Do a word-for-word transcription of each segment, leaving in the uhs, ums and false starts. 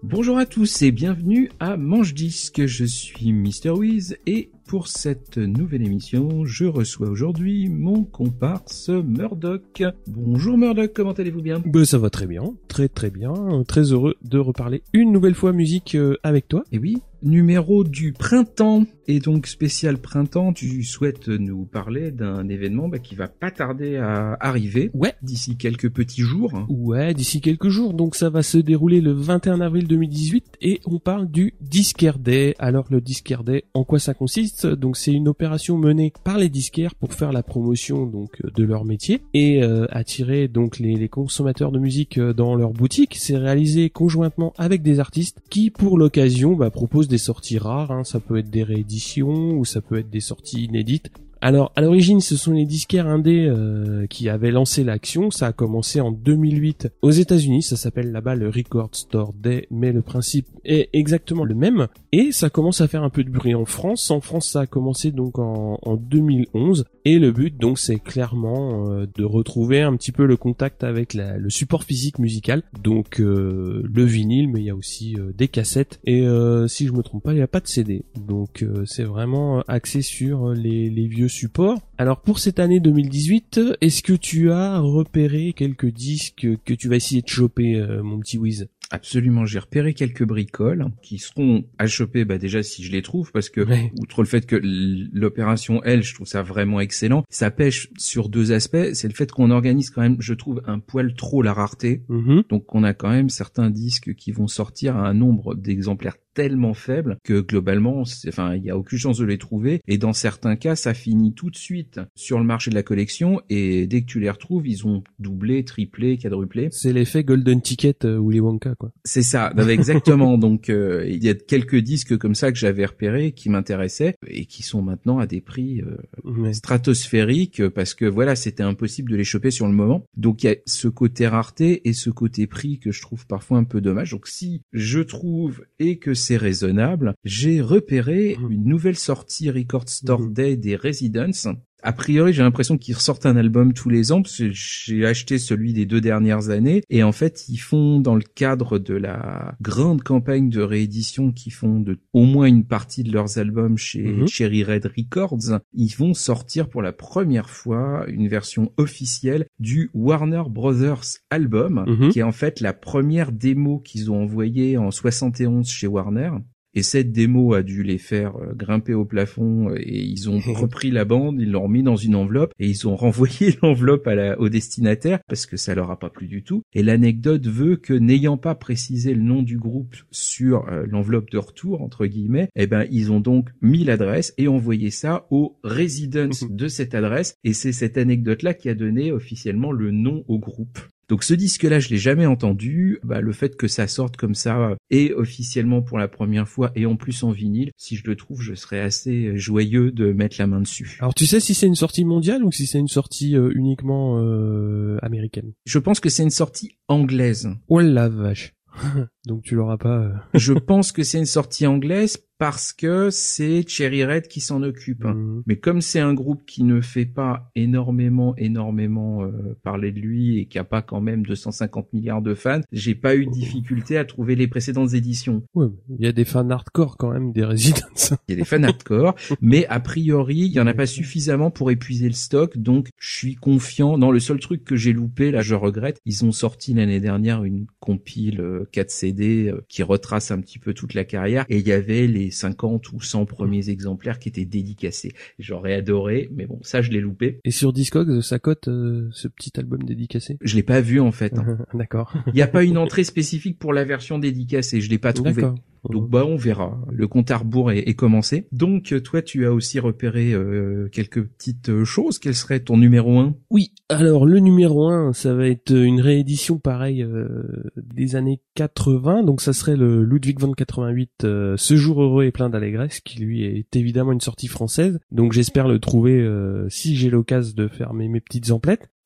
Bonjour à tous et bienvenue à Manche Disque, je suis Mister Wiz et pour cette nouvelle émission, je reçois aujourd'hui mon comparse Murdoch. Bonjour Murdoch, comment allez-vous bien ? Ben, ça va très bien, très très bien, très heureux de reparler une nouvelle fois musique euh, avec toi. Et oui, numéro du printemps, et donc spécial printemps, tu souhaites nous parler d'un événement bah, qui va pas tarder à arriver, ouais, d'ici quelques petits jours. Ouais, d'ici quelques jours, donc ça va se dérouler le vingt et un avril deux mille dix-huit, et on parle du Disquaire Day. Alors le Disquaire Day, en quoi ça consiste ? Donc c'est une opération menée par les disquaires pour faire la promotion donc de leur métier et euh, attirer donc les, les consommateurs de musique dans leur boutique. C'est réalisé conjointement avec des artistes qui pour l'occasion bah, proposent des sorties rares, hein. Ça peut être des rééditions ou ça peut être des sorties inédites. Alors, à l'origine, ce sont les disquaires indés euh, qui avaient lancé l'action. Ça a commencé en deux mille huit aux États-Unis. Ça s'appelle là-bas le Record Store Day, mais le principe est exactement le même. Et ça commence à faire un peu de bruit en France. En France, ça a commencé donc en, en deux mille onze. Et le but, donc, c'est clairement euh, de retrouver un petit peu le contact avec la, le support physique musical. Donc, euh, le vinyle, mais il y a aussi euh, des cassettes. Et euh, si je me trompe pas, il n'y a pas de C D. Donc, euh, c'est vraiment axé sur les, les vieux support. Alors pour cette année deux mille dix-huit, est-ce que tu as repéré quelques disques que tu vas essayer de choper, euh, mon petit Wiz ? Absolument, j'ai repéré quelques bricoles qui seront à choper bah déjà si je les trouve, parce que ouais. outre le fait que l'opération elle, je trouve ça vraiment excellent, ça pêche sur deux aspects, c'est le fait qu'on organise quand même, je trouve, un poil trop la rareté, mm-hmm. donc on a quand même certains disques qui vont sortir à un nombre d'exemplaires tellement faible que globalement, c'est, enfin, il y a aucune chance de les trouver, et dans certains cas, ça finit tout de suite sur le marché de la collection, et dès que tu les retrouves, ils ont doublé, triplé, quadruplé. C'est l'effet Golden Ticket euh, Willy Wonka, quoi. C'est ça, exactement. Donc, euh, il y a quelques disques comme ça que j'avais repérés, qui m'intéressaient, et qui sont maintenant à des prix euh, ouais. stratosphériques, parce que voilà, c'était impossible de les choper sur le moment. Donc, il y a ce côté rareté et ce côté prix que je trouve parfois un peu dommage. Donc, si je trouve et que c'est raisonnable, j'ai repéré mmh. une nouvelle sortie Record Store mmh. Day des Residents. A priori, j'ai l'impression qu'ils ressortent un album tous les ans, parce que j'ai acheté celui des deux dernières années, et en fait, ils font, dans le cadre de la grande campagne de réédition qu'ils font de au moins une partie de leurs albums chez mm-hmm. Cherry Red Records, ils vont sortir pour la première fois une version officielle du Warner Brothers album, mm-hmm. qui est en fait la première démo qu'ils ont envoyée en soixante et onze chez Warner. Et cette démo a dû les faire grimper au plafond, et ils ont repris la bande, ils l'ont remis dans une enveloppe et ils ont renvoyé l'enveloppe à la, au destinataire parce que ça leur a pas plu du tout. Et l'anecdote veut que, n'ayant pas précisé le nom du groupe sur euh, l'enveloppe de retour, entre guillemets, eh ben, ils ont donc mis l'adresse et envoyé ça aux résidents de cette adresse. Et c'est cette anecdote-là qui a donné officiellement le nom au groupe. Donc ce disque-là, je l'ai jamais entendu. Bah, le fait que ça sorte comme ça, et officiellement pour la première fois, et en plus en vinyle, si je le trouve, je serais assez joyeux de mettre la main dessus. Alors tu sais si c'est une sortie mondiale ou si c'est une sortie euh, uniquement euh, américaine ? Je pense que c'est une sortie anglaise. Oh la vache. Donc tu l'auras pas... Euh... Je pense que c'est une sortie anglaise parce que c'est Cherry Red qui s'en occupe. Mmh. Mais comme c'est un groupe qui ne fait pas énormément, énormément euh, parler de lui et qui a pas quand même deux cent cinquante milliards de fans, j'ai pas eu de difficulté à trouver les précédentes éditions. Ouais, il y a des fans hardcore quand même, des Residents. Il y a des fans hardcore, mais a priori, il y en a pas suffisamment pour épuiser le stock, donc je suis confiant. Non, le seul truc que j'ai loupé, là je regrette, ils ont sorti l'année dernière une compile euh, quatre C D euh, qui retrace un petit peu toute la carrière, et il y avait les cinquante ou cent premiers exemplaires qui étaient dédicacés. J'aurais adoré, mais bon, ça je l'ai loupé. Et sur Discogs, ça cote euh, ce petit album dédicacé ? Je l'ai pas vu en fait. Hein. D'accord. Il y a pas une entrée spécifique pour la version dédicacée, je l'ai pas trouvé. D'accord. Donc bah on verra. Le compte à rebours est, est commencé. Donc toi tu as aussi repéré euh, quelques petites choses. Quel serait ton numéro un ? Oui, alors le numéro un, ça va être une réédition pareil euh, des années quatre-vingts. Donc ça serait le Ludwig van quatre-vingt-huit, euh, Ce jour heureux et plein d'allégresse, qui lui est évidemment une sortie française. Donc j'espère le trouver euh, si j'ai l'occasion de faire mes, mes petites emplettes.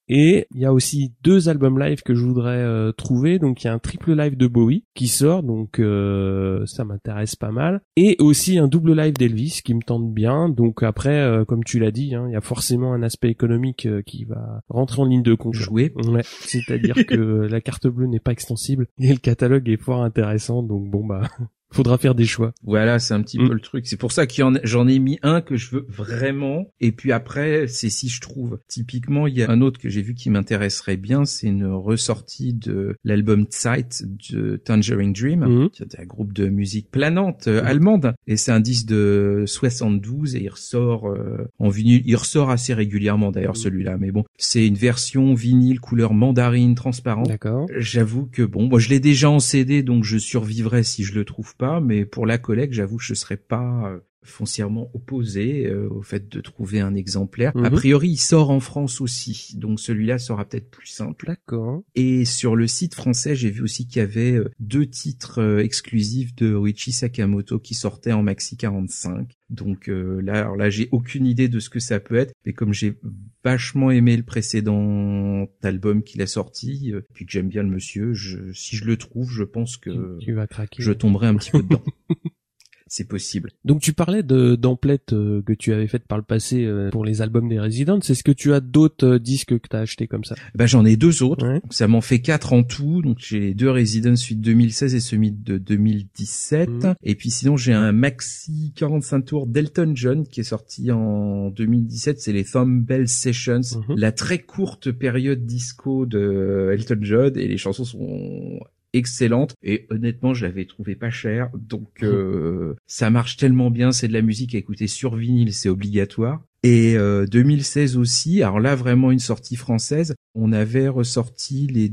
Et il y a aussi deux albums live que je voudrais euh, trouver. Donc il y a un triple live de Bowie qui sort, donc euh, ça m'intéresse pas mal. Et aussi un double live d'Elvis qui me tente bien. Donc après, euh, comme tu l'as dit, hein, il y a forcément un aspect économique euh, qui va rentrer en ligne de compte. Jouer. Ouais. C'est-à-dire que la carte bleue n'est pas extensible et le catalogue est fort intéressant. Donc bon bah. Faudra faire des choix. Voilà, c'est un petit mmh. peu le truc. C'est pour ça que j'en ai mis un que je veux vraiment. Et puis après, c'est si je trouve. Typiquement, il y a un autre que j'ai vu qui m'intéresserait bien. C'est une ressortie de l'album Zeit de Tangerine Dream, mmh. qui est un groupe de musique planante euh, mmh. allemande. Et c'est un disque de soixante-douze et il ressort euh, en vinyle. Il ressort assez régulièrement d'ailleurs mmh. celui-là. Mais bon, c'est une version vinyle couleur mandarine transparente. D'accord. J'avoue que bon, moi je l'ai déjà en C D, donc je survivrai si je le trouve pas. Mais pour la collecte, j'avoue que je serais pas foncièrement opposé euh, au fait de trouver un exemplaire. Mm-hmm. A priori, il sort en France aussi, donc celui-là sera peut-être plus simple. D'accord. Et sur le site français, j'ai vu aussi qu'il y avait euh, deux titres euh, exclusifs de Ryuichi Sakamoto qui sortaient en maxi quarante-cinq. Donc euh, là, alors là, j'ai aucune idée de ce que ça peut être, mais comme j'ai vachement aimé le précédent album qu'il a sorti, euh, puis que j'aime bien le monsieur, je, si je le trouve, je pense que tu vas craquer. Je tomberai un petit peu dedans. C'est possible. Donc tu parlais de d'emplettes euh, que tu avais faites par le passé euh, pour les albums des Residents. Est-ce que tu as d'autres euh, disques que tu as achetés comme ça? Ben j'en ai deux autres. Ouais. Donc, ça m'en fait quatre en tout. Donc j'ai les deux Residents suite deux mille seize et celui de deux mille dix-sept. Mmh. Et puis sinon j'ai un maxi quarante-cinq tours d'Elton John qui est sorti en deux mille dix-sept. C'est les Thumb Bell Sessions, mmh. la très courte période disco de Elton John, et les chansons sont excellente, et honnêtement je l'avais trouvé pas cher, donc euh, ça marche tellement bien. C'est de la musique à écouter sur vinyle, c'est obligatoire. Et euh, deux mille seize aussi, alors là vraiment une sortie française, on avait ressorti les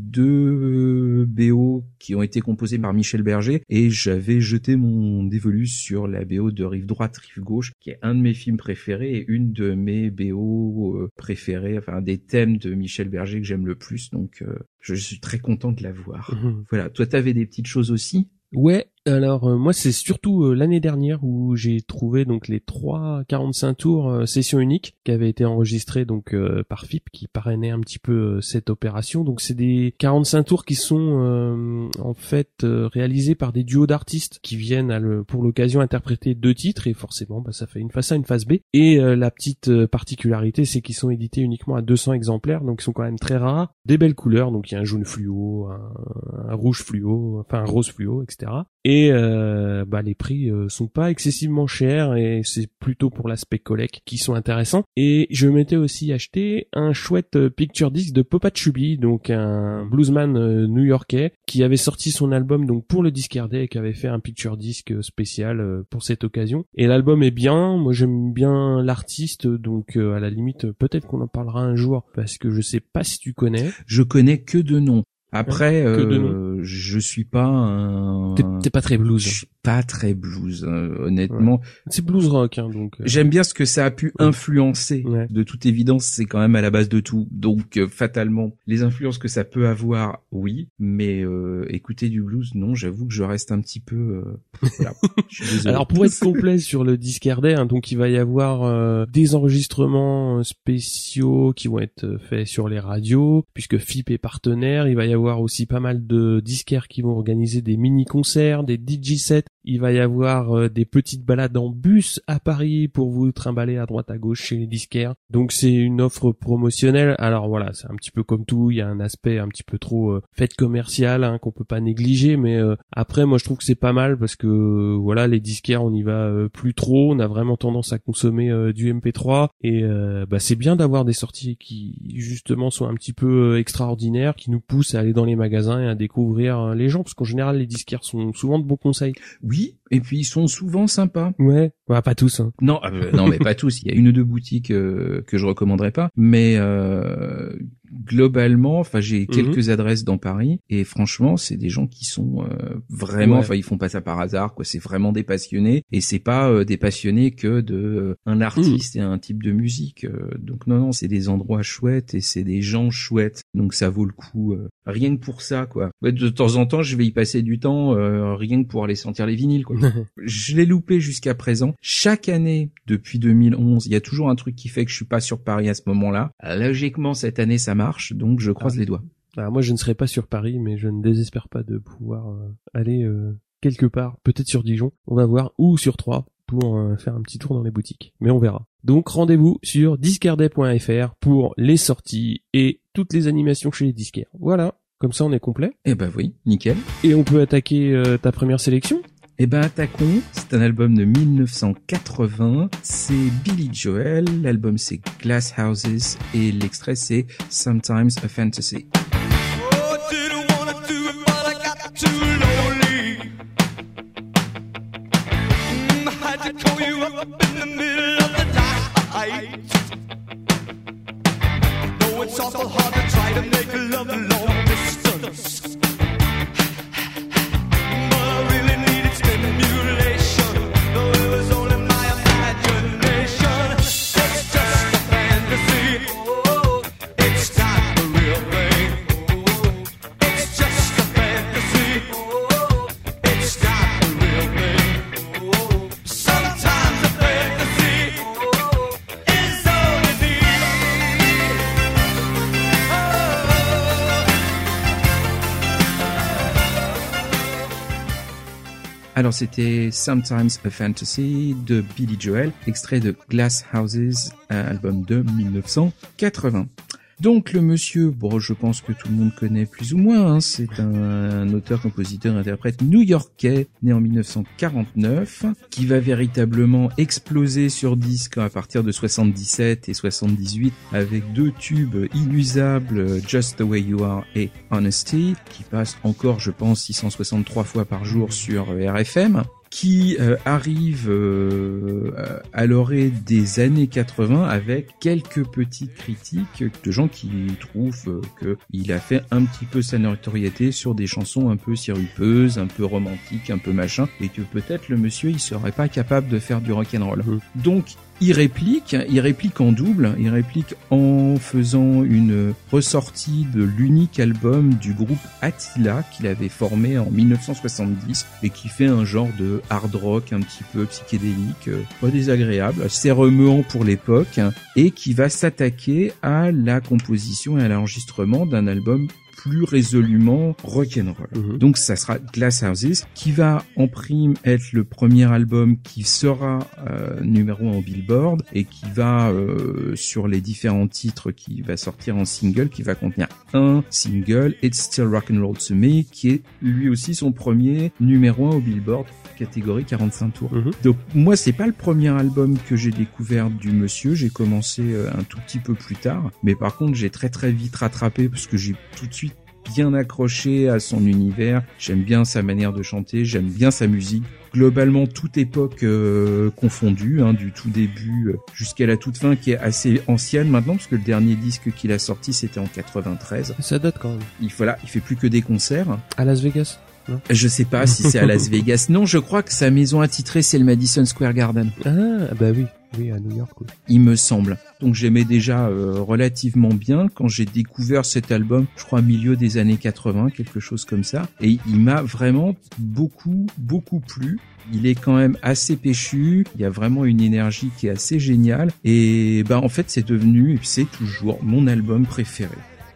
deux B O qui ont été composés par Michel Berger, et j'avais jeté mon dévolu sur la B O de Rive Droite, Rive Gauche, qui est un de mes films préférés et une de mes B O euh, préférées, enfin des thèmes de Michel Berger que j'aime le plus, donc euh, je suis très content de l'avoir. Mmh. Voilà, toi t'avais des petites choses aussi ? Ouais, alors euh, moi c'est surtout euh, l'année dernière où j'ai trouvé donc les trois quarante-cinq tours euh, session unique qui avaient été enregistrés donc euh, par F I P qui parrainait un petit peu euh, cette opération. Donc c'est des quarante-cinq tours qui sont euh, en fait euh, réalisés par des duos d'artistes qui viennent à le, pour l'occasion interpréter deux titres, et forcément bah, ça fait une face A, une face B. Et euh, la petite euh, particularité, c'est qu'ils sont édités uniquement à deux cents exemplaires, donc ils sont quand même très rares, des belles couleurs, donc il y a un jaune fluo, un, un rouge fluo, enfin un rose fluo, et cetera. Et euh, bah les prix euh, sont pas excessivement chers, et c'est plutôt pour l'aspect collect qui sont intéressants. Et je m'étais aussi acheté un chouette euh, picture disc de Popa Chubby, donc un bluesman euh, new-yorkais qui avait sorti son album donc pour le Discardé et qui avait fait un picture disc spécial euh, pour cette occasion. Et l'album est bien, moi j'aime bien l'artiste, donc euh, à la limite peut-être qu'on en parlera un jour, parce que je sais pas si tu connais. Je connais que de nom. Après, ouais, euh, je suis pas un... T'es, t'es pas très blues. Je suis pas très blues, euh, honnêtement. Ouais. C'est blues rock, hein, donc. Euh... J'aime bien ce que ça a pu ouais. influencer. Ouais. De toute évidence, c'est quand même à la base de tout. Donc, euh, fatalement, les influences que ça peut avoir, oui. Mais euh, écouter du blues, non. J'avoue que je reste un petit peu. Euh... Voilà. Je suis désolé. Alors, pour être complet sur le Discardé, hein, donc il va y avoir euh, des enregistrements spéciaux qui vont être faits sur les radios, puisque F I P est partenaire. Il va y avoir aussi pas mal de disquaires qui vont organiser des mini-concerts, des D J sets. Il va y avoir euh, des petites balades en bus à Paris pour vous trimballer à droite à gauche chez les disquaires. Donc c'est une offre promotionnelle. Alors voilà, c'est un petit peu comme tout, il y a un aspect un petit peu trop euh, fête commerciale, hein, qu'on peut pas négliger, mais euh, après moi je trouve que c'est pas mal parce que euh, voilà, les disquaires on y va euh, plus trop, on a vraiment tendance à consommer euh, du M P trois, et euh, bah c'est bien d'avoir des sorties qui justement sont un petit peu euh, extraordinaires, qui nous poussent à aller dans les magasins et à découvrir euh, les gens, parce qu'en général les disquaires sont souvent de bons conseils. Oui, et puis ils sont souvent sympas. Ouais, bah, pas tous. Hein. Non, euh, non, mais pas tous. Il y a une ou deux boutiques euh, que je recommanderais pas, mais euh, globalement, enfin, j'ai quelques mmh. adresses dans Paris, et franchement, c'est des gens qui sont euh, vraiment, enfin, ouais. ils font pas ça par hasard, quoi. C'est vraiment des passionnés, et c'est pas euh, des passionnés que de euh, un artiste mmh. et un type de musique. Euh, donc non, non, c'est des endroits chouettes et c'est des gens chouettes. Donc ça vaut le coup, euh, rien que pour ça, quoi. Ouais, de temps en temps, je vais y passer du temps, euh, rien que pour aller sentir les vinyles, quoi. Je l'ai loupé jusqu'à présent. Chaque année, depuis deux mille onze, il y a toujours un truc qui fait que je suis pas sur Paris à ce moment-là. Logiquement, cette année, ça marche, donc je croise ah. les doigts. Alors moi, je ne serai pas sur Paris, mais je ne désespère pas de pouvoir euh, aller euh, quelque part, peut-être sur Dijon, on va voir, ou sur Troyes, pour euh, faire un petit tour dans les boutiques. Mais on verra. Donc rendez-vous sur disquaire point f r pour les sorties et toutes les animations chez les disquaires. Voilà, comme ça on est complet. Eh ben oui, nickel. Et on peut attaquer euh, ta première sélection ? Eh ben attaquons, c'est un album de mille neuf cent quatre-vingts, c'est Billy Joel, l'album c'est Glass Houses et l'extrait c'est Sometimes a Fantasy. Alors c'était Sometimes a Fantasy de Billy Joel, extrait de Glass Houses, un album de mille neuf cent quatre-vingts. Donc le monsieur, bon je pense que tout le monde connaît plus ou moins, hein, c'est un, un auteur, compositeur, interprète new-yorkais, né en mille neuf cent quarante-neuf, qui va véritablement exploser sur disque à partir de soixante-dix-sept et soixante-dix-huit avec deux tubes inusables, Just the Way You Are et Honesty, qui passent encore je pense six cent soixante-trois fois par jour sur R F M. Qui euh, arrive euh, à l'orée des années quatre-vingts avec quelques petites critiques de gens qui trouvent euh, qu'il a fait un petit peu sa notoriété sur des chansons un peu sirupeuses, un peu romantiques, un peu machin, et que peut-être le monsieur il serait pas capable de faire du rock'n'roll. Mmh. Donc il réplique, il réplique en double, il réplique en faisant une ressortie de l'unique album du groupe Attila qu'il avait formé en mille neuf cent soixante-dix et qui fait un genre de hard rock un petit peu psychédélique, pas désagréable, assez remuant pour l'époque, et qui va s'attaquer à la composition et à l'enregistrement d'un album plus résolument rock'n'roll. Mmh. Donc ça sera Glass Houses, qui va en prime être le premier album qui sera euh, numéro un au Billboard et qui va euh, sur les différents titres qui va sortir en single, qui va contenir un single, It's Still Rock'n'Roll to Me, qui est lui aussi son premier numéro un au Billboard, catégorie quarante-cinq tours. Mmh. Donc moi c'est pas le premier album que j'ai découvert du monsieur, j'ai commencé euh, un tout petit peu plus tard, mais par contre j'ai très très vite rattrapé parce que j'ai tout de suite bien accroché à son univers, j'aime bien sa manière de chanter, j'aime bien sa musique, globalement toute époque euh, confondue, hein, du tout début jusqu'à la toute fin, qui est assez ancienne maintenant, parce que le dernier disque qu'il a sorti c'était en quatre-vingt-treize. Ça date quand même. Il, voilà, il fait plus que des concerts. À Las Vegas? Non. Je sais pas si c'est à Las Vegas. Non, je crois que sa maison attitrée c'est le Madison Square Garden. Ah, bah oui. Oui, à New York, oui. Il me semble. Donc j'aimais déjà euh, relativement bien quand j'ai découvert cet album, je crois milieu des années quatre-vingts, quelque chose comme ça. Et il m'a vraiment beaucoup, beaucoup plu. Il est quand même assez péchu, il y a vraiment une énergie qui est assez géniale. Et ben en fait c'est devenu, c'est toujours mon album préféré.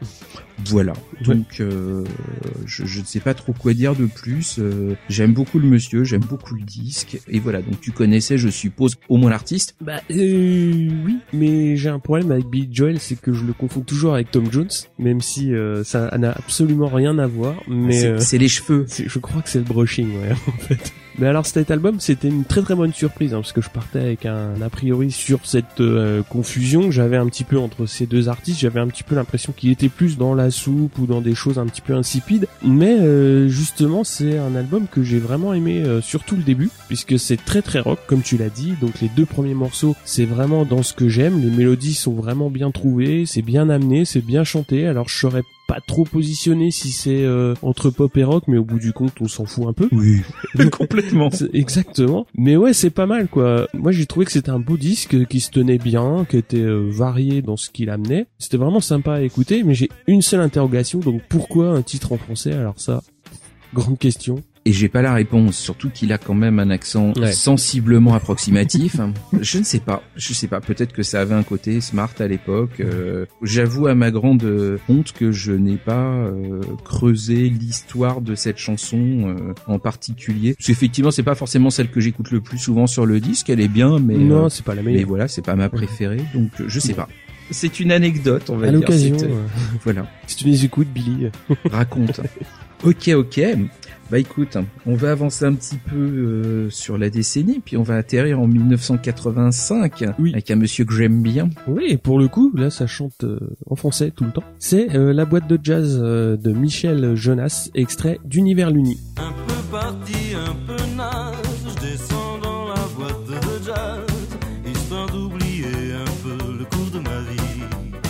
Voilà, donc euh, je, je ne sais pas trop quoi dire de plus, euh, j'aime beaucoup le monsieur, j'aime beaucoup le disque, et voilà, donc tu connaissais je suppose au moins l'artiste. Bah euh, oui, mais j'ai un problème avec Billy Joel, c'est que je le confonds toujours avec Tom Jones, même si euh, ça n'a absolument rien à voir, mais... C'est, euh, c'est les cheveux. C'est, je crois que c'est le brushing, ouais, en fait. Mais alors cet album, c'était une très très bonne surprise, hein, parce que je partais avec un a priori sur cette euh, confusion que j'avais un petit peu entre ces deux artistes. J'avais un petit peu l'impression qu'il était plus dans la soupe ou dans des choses un petit peu insipides. Mais euh, justement, c'est un album que j'ai vraiment aimé, euh, surtout le début, puisque c'est très très rock, comme tu l'as dit. Donc les deux premiers morceaux, c'est vraiment dans ce que j'aime. Les mélodies sont vraiment bien trouvées, c'est bien amené, c'est bien chanté. Alors je saurais pas trop positionné si c'est euh, entre pop et rock, mais au bout du compte on s'en fout un peu. Oui, complètement. Exactement. Mais ouais, c'est pas mal quoi. Moi j'ai trouvé que c'était un beau disque qui se tenait bien, qui était euh, varié dans ce qu'il amenait. C'était vraiment sympa à écouter, mais j'ai une seule interrogation, donc pourquoi un titre en français? Alors ça, grande question. et j'ai pas la réponse, surtout qu'il a quand même un accent ouais. sensiblement approximatif. Je ne sais pas, je sais pas, peut-être que ça avait un côté smart à l'époque. Euh, j'avoue à ma grande honte que je n'ai pas euh, creusé l'histoire de cette chanson euh, en particulier. Parce qu'effectivement, c'est pas forcément celle que j'écoute le plus souvent sur le disque, elle est bien, mais non, euh, c'est pas la meilleure. Mais voilà, c'est pas ma préférée, donc je sais pas. C'est une anecdote, on va à dire. À l'occasion. C'est, euh... voilà. Si tu les écoutes, Billy. Raconte. Ok, ok. Bah écoute, on va avancer un petit peu euh, sur la décennie, puis on va atterrir en dix-neuf cent quatre-vingt-cinq oui. avec un monsieur que j'aime bien. Oui, et pour le coup, là, ça chante euh, en français tout le temps. C'est euh, la boîte de jazz euh, de Michel Jonas, extrait d'Univers l'Uni. Un peu parti, un peu naze, je descends dans la boîte de jazz, histoire d'oublier un peu le cours de ma vie.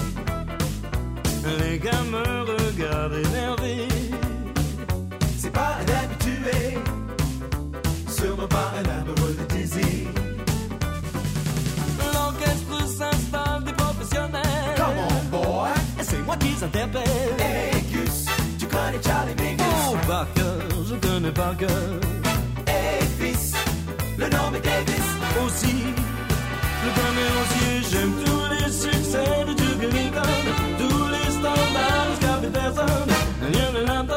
Les gars me regardent énervés. C'est pas un habitué, sûrement pas un amoureux de désir. L'orchestre s'installe des professionnels. Come on boy, et c'est moi qui s'interpelle. Hey Gus, tu connais Charlie Mingus? Oh par cœur, je connais par cœur. Hey fils, le nom est Davis. Aussi, le dernier j'aime tous les succès de Duke Ellington. Tous les standards jusqu'à Peterson. Rien ne l'entend.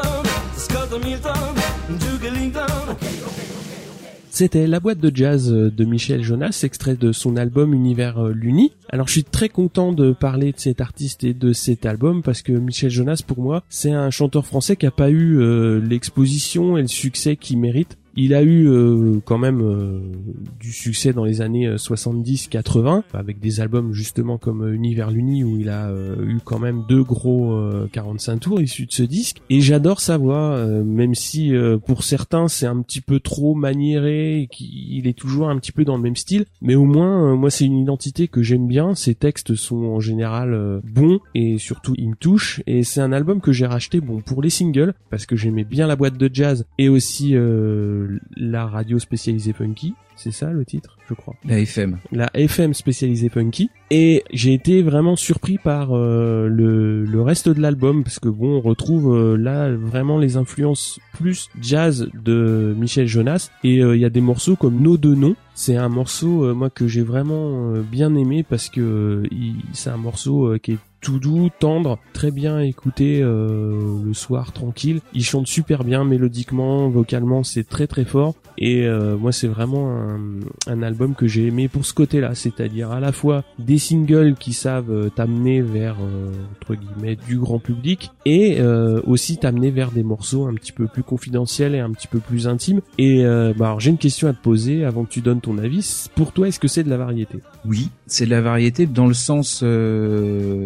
C'était la boîte de jazz de Michel Jonas, extrait de son album Univers l'Uni. Alors je suis très content de parler de cet artiste et de cet album parce que Michel Jonas, pour moi, c'est un chanteur français qui a pas eu euh, l'exposition et le succès qu'il mérite. Il a eu euh, quand même euh, du succès dans les années soixante-dix quatre-vingts avec des albums justement comme Univers l'Uni où il a euh, eu quand même deux gros euh, quarante-cinq tours issus de ce disque et j'adore sa voix euh, même si euh, pour certains c'est un petit peu trop maniéré et qu'il est toujours un petit peu dans le même style mais au moins euh, moi c'est une identité que j'aime bien, ses textes sont en général euh, bons et surtout ils me touchent et c'est un album que j'ai racheté bon pour les singles parce que j'aimais bien la boîte de jazz et aussi euh, la radio spécialisée funky, c'est ça le titre, je crois. La F M. La F M spécialisée funky. Et j'ai été vraiment surpris par euh, le, le reste de l'album parce que bon, on retrouve euh, là vraiment les influences plus jazz de Michel Jonas et il euh, y a des morceaux comme Nos deux noms. C'est un morceau euh, moi que j'ai vraiment euh, bien aimé parce que euh, il, c'est un morceau euh, qui est tout doux, tendre, très bien écouté euh, le soir tranquille. Il chante super bien mélodiquement, vocalement, c'est très très fort et euh, moi c'est vraiment un, un album que j'ai aimé pour ce côté-là, c'est-à-dire à la fois des singles qui savent euh, t'amener vers euh, entre guillemets du grand public et euh, aussi t'amener vers des morceaux un petit peu plus confidentiels et un petit peu plus intimes. Et euh, bah alors j'ai une question à te poser avant que tu donnes ton avis. Pour toi, est-ce que c'est de la variété? Oui, c'est de la variété dans le sens euh,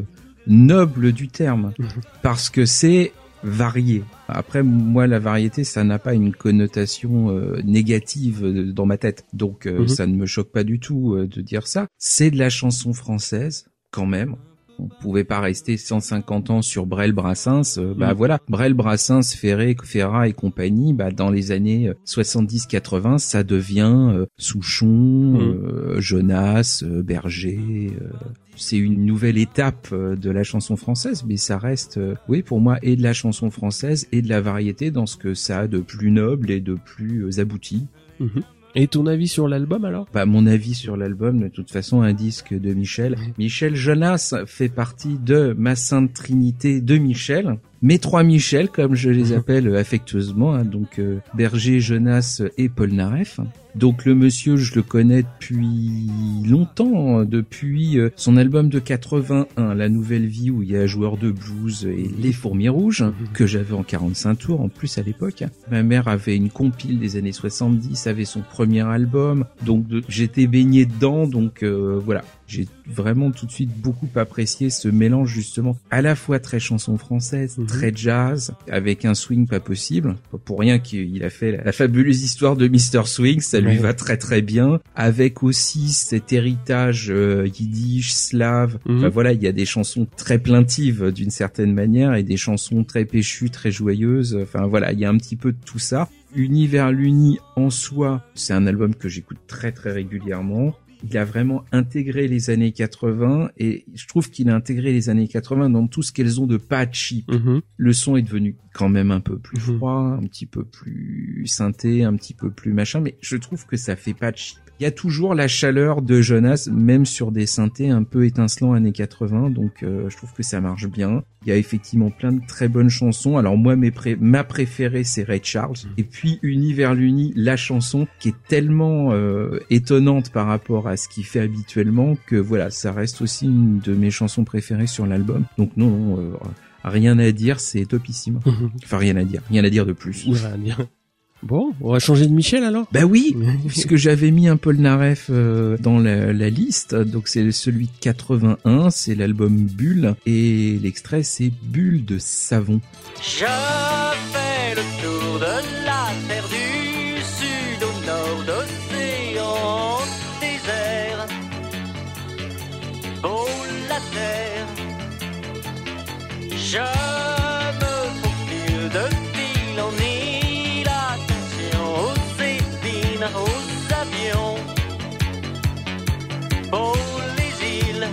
noble du terme, parce que c'est varié. Après, moi, la variété, ça n'a pas une connotation euh, négative dans ma tête, donc euh, mm-hmm. ça ne me choque pas du tout euh, de dire ça. C'est de la chanson française, quand même. On pouvait pas rester cent cinquante ans sur Brel, Brassens, euh, bah mmh. voilà, Brel, Brassens, Ferré, Ferrat et compagnie, bah dans les années soixante-dix quatre-vingts, ça devient euh, Souchon, mmh. euh, Jonas, euh, Berger, euh, c'est une nouvelle étape euh, de la chanson française, mais ça reste, euh, oui, pour moi, et de la chanson française et de la variété dans ce que ça a de plus noble et de plus euh, abouti. Mmh. Et ton avis sur l'album alors? Bah mon avis sur l'album, de toute façon, un disque de Michel. Michel Jonas fait partie de ma sainte trinité de Michel. Mes trois Michel, comme je les appelle affectueusement, hein, donc euh, Berger, Jonas et Polnareff. Donc le monsieur, je le connais depuis longtemps, depuis euh, son album de quatre-vingt-un, La Nouvelle Vie, où il y a Joueur de blues et Les Fourmis Rouges, que j'avais en quarante-cinq tours en plus à l'époque. Ma mère avait une compile des années soixante-dix, avait son premier album, donc de, j'étais baigné dedans, donc euh, voilà. J'ai vraiment tout de suite beaucoup apprécié ce mélange justement à la fois très chanson française, mmh. très jazz, avec un swing pas possible. Pas pour rien qu'il a fait la, la fabuleuse histoire de mister Swing, ça lui ouais. va très très bien. Avec aussi cet héritage euh, yiddish, slave. Mmh. Enfin, voilà, il y a des chansons très plaintives d'une certaine manière et des chansons très péchues, très joyeuses. Enfin voilà, il y a un petit peu de tout ça. Univers l'Uni en soi, c'est un album que j'écoute très très régulièrement. il a vraiment intégré les années quatre-vingts et je trouve qu'il a intégré les années quatre-vingts dans tout ce qu'elles ont de pas cheap. Mm-hmm. Le son est devenu quand même un peu plus mm-hmm. froid, un petit peu plus synthé, un petit peu plus machin, mais je trouve que ça fait pas cheap. Il y a toujours la chaleur de Jonas, même sur des synthés un peu étincelants années quatre-vingts, donc euh, je trouve que ça marche bien. Il y a effectivement plein de très bonnes chansons. Alors moi, mes pré- ma préférée, c'est Ray Charles. Et puis Univers l'Uni, la chanson qui est tellement euh, étonnante par rapport à ce qu'il fait habituellement que voilà, ça reste aussi une de mes chansons préférées sur l'album. Donc non, non euh, rien à dire, c'est topissime. Enfin, rien à dire, rien à dire de plus. Rien à dire. Bon, on va changer de Michel alors. Bah oui, puisque j'avais mis un Polnareff euh, dans la, la liste, donc c'est celui de quatre-vingt-un, c'est l'album Bulle, et l'extrait c'est Bulle de savon. Je fais le tour de la terre du sud au nord d'océan désert. Oh la terre, je me faufile de fil en île, attention aux épines, aux avions, oh les îles.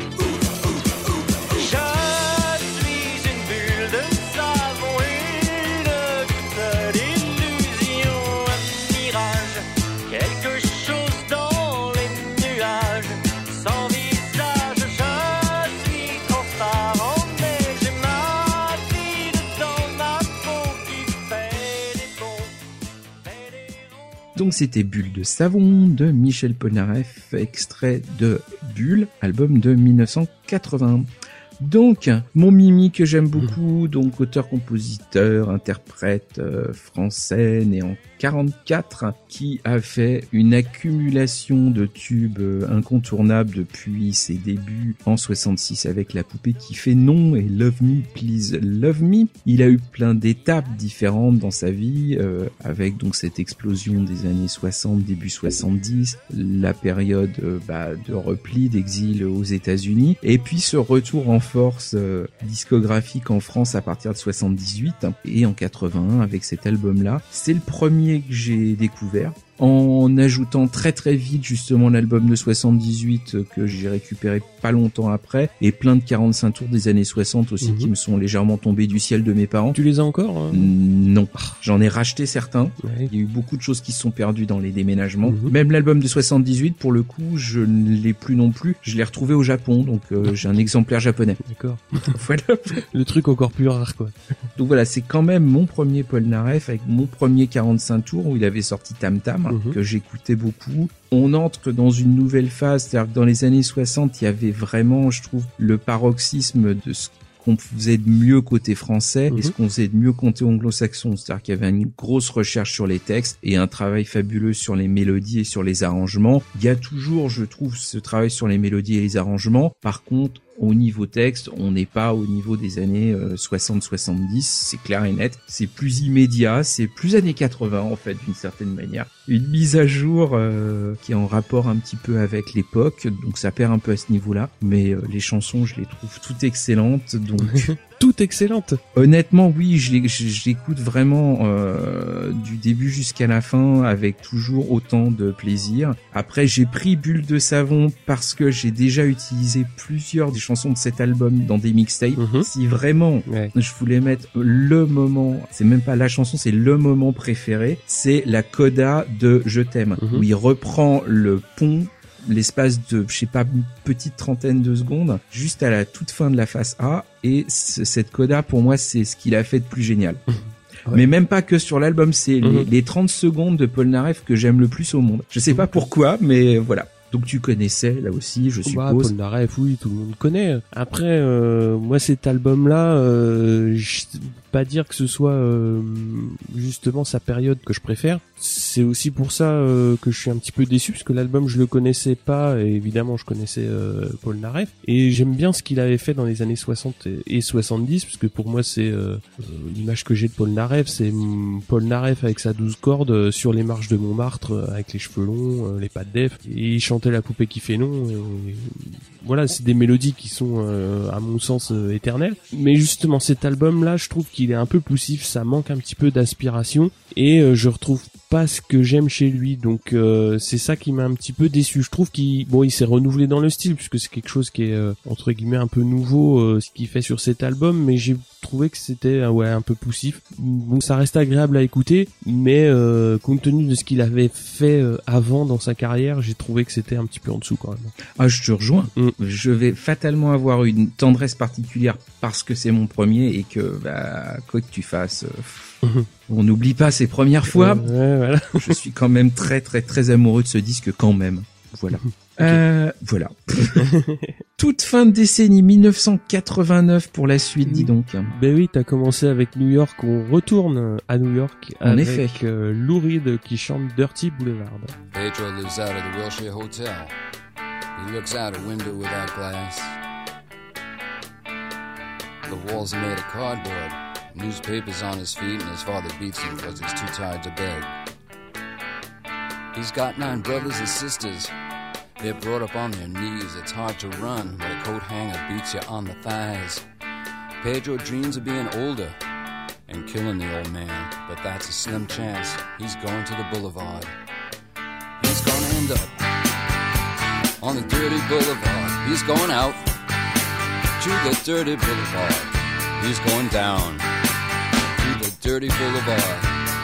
Donc c'était Bulle de savon de Michel Polnareff, extrait de Bulle, album de mille neuf cent quatre-vingts. Donc, mon Mimi que j'aime beaucoup, donc auteur-compositeur, interprète euh, français, né en quarante-quatre, qui a fait une accumulation de tubes euh, incontournables depuis ses débuts en soixante-six avec La Poupée qui fait non et Love Me, Please Love Me. Il a eu plein d'étapes différentes dans sa vie, euh, avec donc cette explosion des années soixante, début soixante-dix, la période euh, bah, de repli, d'exil aux États-Unis, et puis ce retour en force euh, discographique en France à partir de soixante-dix-huit et en quatre-vingt-un avec cet album-là. C'est le premier que j'ai découvert, en ajoutant très très vite justement l'album de soixante-dix-huit que j'ai récupéré pas longtemps après, et plein de quarante-cinq tours des années soixante aussi mmh. qui me sont légèrement tombés du ciel de mes parents. Tu les as encore hein? Non, j'en ai racheté certains. Ouais. Il y a eu beaucoup de choses qui se sont perdues dans les déménagements. Mmh. Même l'album de soixante-dix-huit, pour le coup, je ne l'ai plus non plus. Je l'ai retrouvé au Japon, donc euh, j'ai un exemplaire japonais. D'accord. Voilà. Le truc encore plus rare, quoi. Donc voilà, c'est quand même mon premier Polnareff avec mon premier quarante-cinq tours où il avait sorti Tam Tam. Mmh. Que j'écoutais beaucoup. On entre dans une nouvelle phase, c'est-à-dire que dans les années soixante, il y avait vraiment, je trouve, le paroxysme de ce qu'on faisait de mieux côté français mmh. et ce qu'on faisait de mieux côté anglo-saxon. C'est-à-dire qu'il y avait une grosse recherche sur les textes et un travail fabuleux sur les mélodies et sur les arrangements. Il y a toujours, je trouve, ce travail sur les mélodies et les arrangements. Par contre, au niveau texte, on n'est pas au niveau des années euh, soixante soixante-dix, c'est clair et net. C'est plus immédiat, c'est plus années quatre-vingts en fait, d'une certaine manière. Une mise à jour euh, qui est en rapport un petit peu avec l'époque, donc ça perd un peu à ce niveau-là. Mais euh, les chansons, je les trouve toutes excellentes, donc... Toutes excellentes. Honnêtement, oui, je, les, je, je l'écoute vraiment euh, du début jusqu'à la fin avec toujours autant de plaisir. Après, j'ai pris Bulle de savon parce que j'ai déjà utilisé plusieurs des chansons de cet album dans des mixtapes. Mm-hmm. Si vraiment ouais. je voulais mettre le moment, c'est même pas la chanson, c'est le moment préféré, c'est la coda de Je t'aime, mm-hmm. où il reprend le pont, l'espace de, je sais pas, une petite trentaine de secondes, juste à la toute fin de la face A, et c- cette coda, pour moi, c'est ce qu'il a fait de plus génial. Ouais. Mais même pas que sur l'album, c'est mmh. les, les trente secondes de Polnareff que j'aime le plus au monde. Je sais pas pourquoi, mais voilà. Donc tu connaissais là aussi, je suppose. Bah, Polnareff, oui, tout le monde connaît. Après, euh, moi cet album-là, euh, je pas dire que ce soit euh, justement sa période que je préfère. C'est aussi pour ça euh, que je suis un petit peu déçu, parce que l'album je le connaissais pas, et évidemment je connaissais euh, Polnareff, et j'aime bien ce qu'il avait fait dans les années soixante et soixante-dix, parce que pour moi c'est euh, l'image que j'ai de Polnareff, c'est Polnareff avec sa douze cordes sur les marches de Montmartre, avec les cheveux longs, les pattes d'Ef, et il chantait La Poupée qui fait non. Et voilà, c'est des mélodies qui sont euh, à mon sens euh, éternelles. Mais justement cet album là, je trouve qu'il est un peu poussif, ça manque un petit peu d'aspiration, et euh, je retrouve pas pas ce que j'aime chez lui, donc euh, c'est ça qui m'a un petit peu déçu. Je trouve qu'il bon il s'est renouvelé dans le style puisque c'est quelque chose qui est euh, entre guillemets un peu nouveau euh, ce qu'il fait sur cet album, mais j'ai trouvé que c'était euh, ouais un peu poussif. Bon, ça reste agréable à écouter, mais euh, compte tenu de ce qu'il avait fait euh, avant dans sa carrière, j'ai trouvé que c'était un petit peu en dessous quand même. Ah, je te rejoins. Mm. Je vais fatalement avoir une tendresse particulière parce que c'est mon premier et que bah quoi que tu fasses. Euh... On n'oublie pas ses premières fois. Euh, ouais, voilà. Je suis quand même très très très amoureux de ce disque quand même. Voilà. Okay. Euh, voilà. Toute fin de décennie dix-neuf cent quatre-vingt-neuf pour la suite, dis donc. Ben oui, t'as commencé avec New York, on retourne à New York en avec effet. Euh, Lou Reed qui chante Dirty Boulevard. Pedro lives out of the Wilshire Hotel. He looks out a window without glass. The walls are made of cardboard. Newspapers on his feet and his father beats him because he's too tired to beg. He's got nine brothers and sisters. They're brought up on their knees. It's hard to run when a coat hanger beats you on the thighs. Pedro dreams of being older and killing the old man, but that's a slim chance. He's going to the boulevard. He's gonna end up on the dirty boulevard. He's going out to the dirty boulevard. He's going down to the dirty boulevard.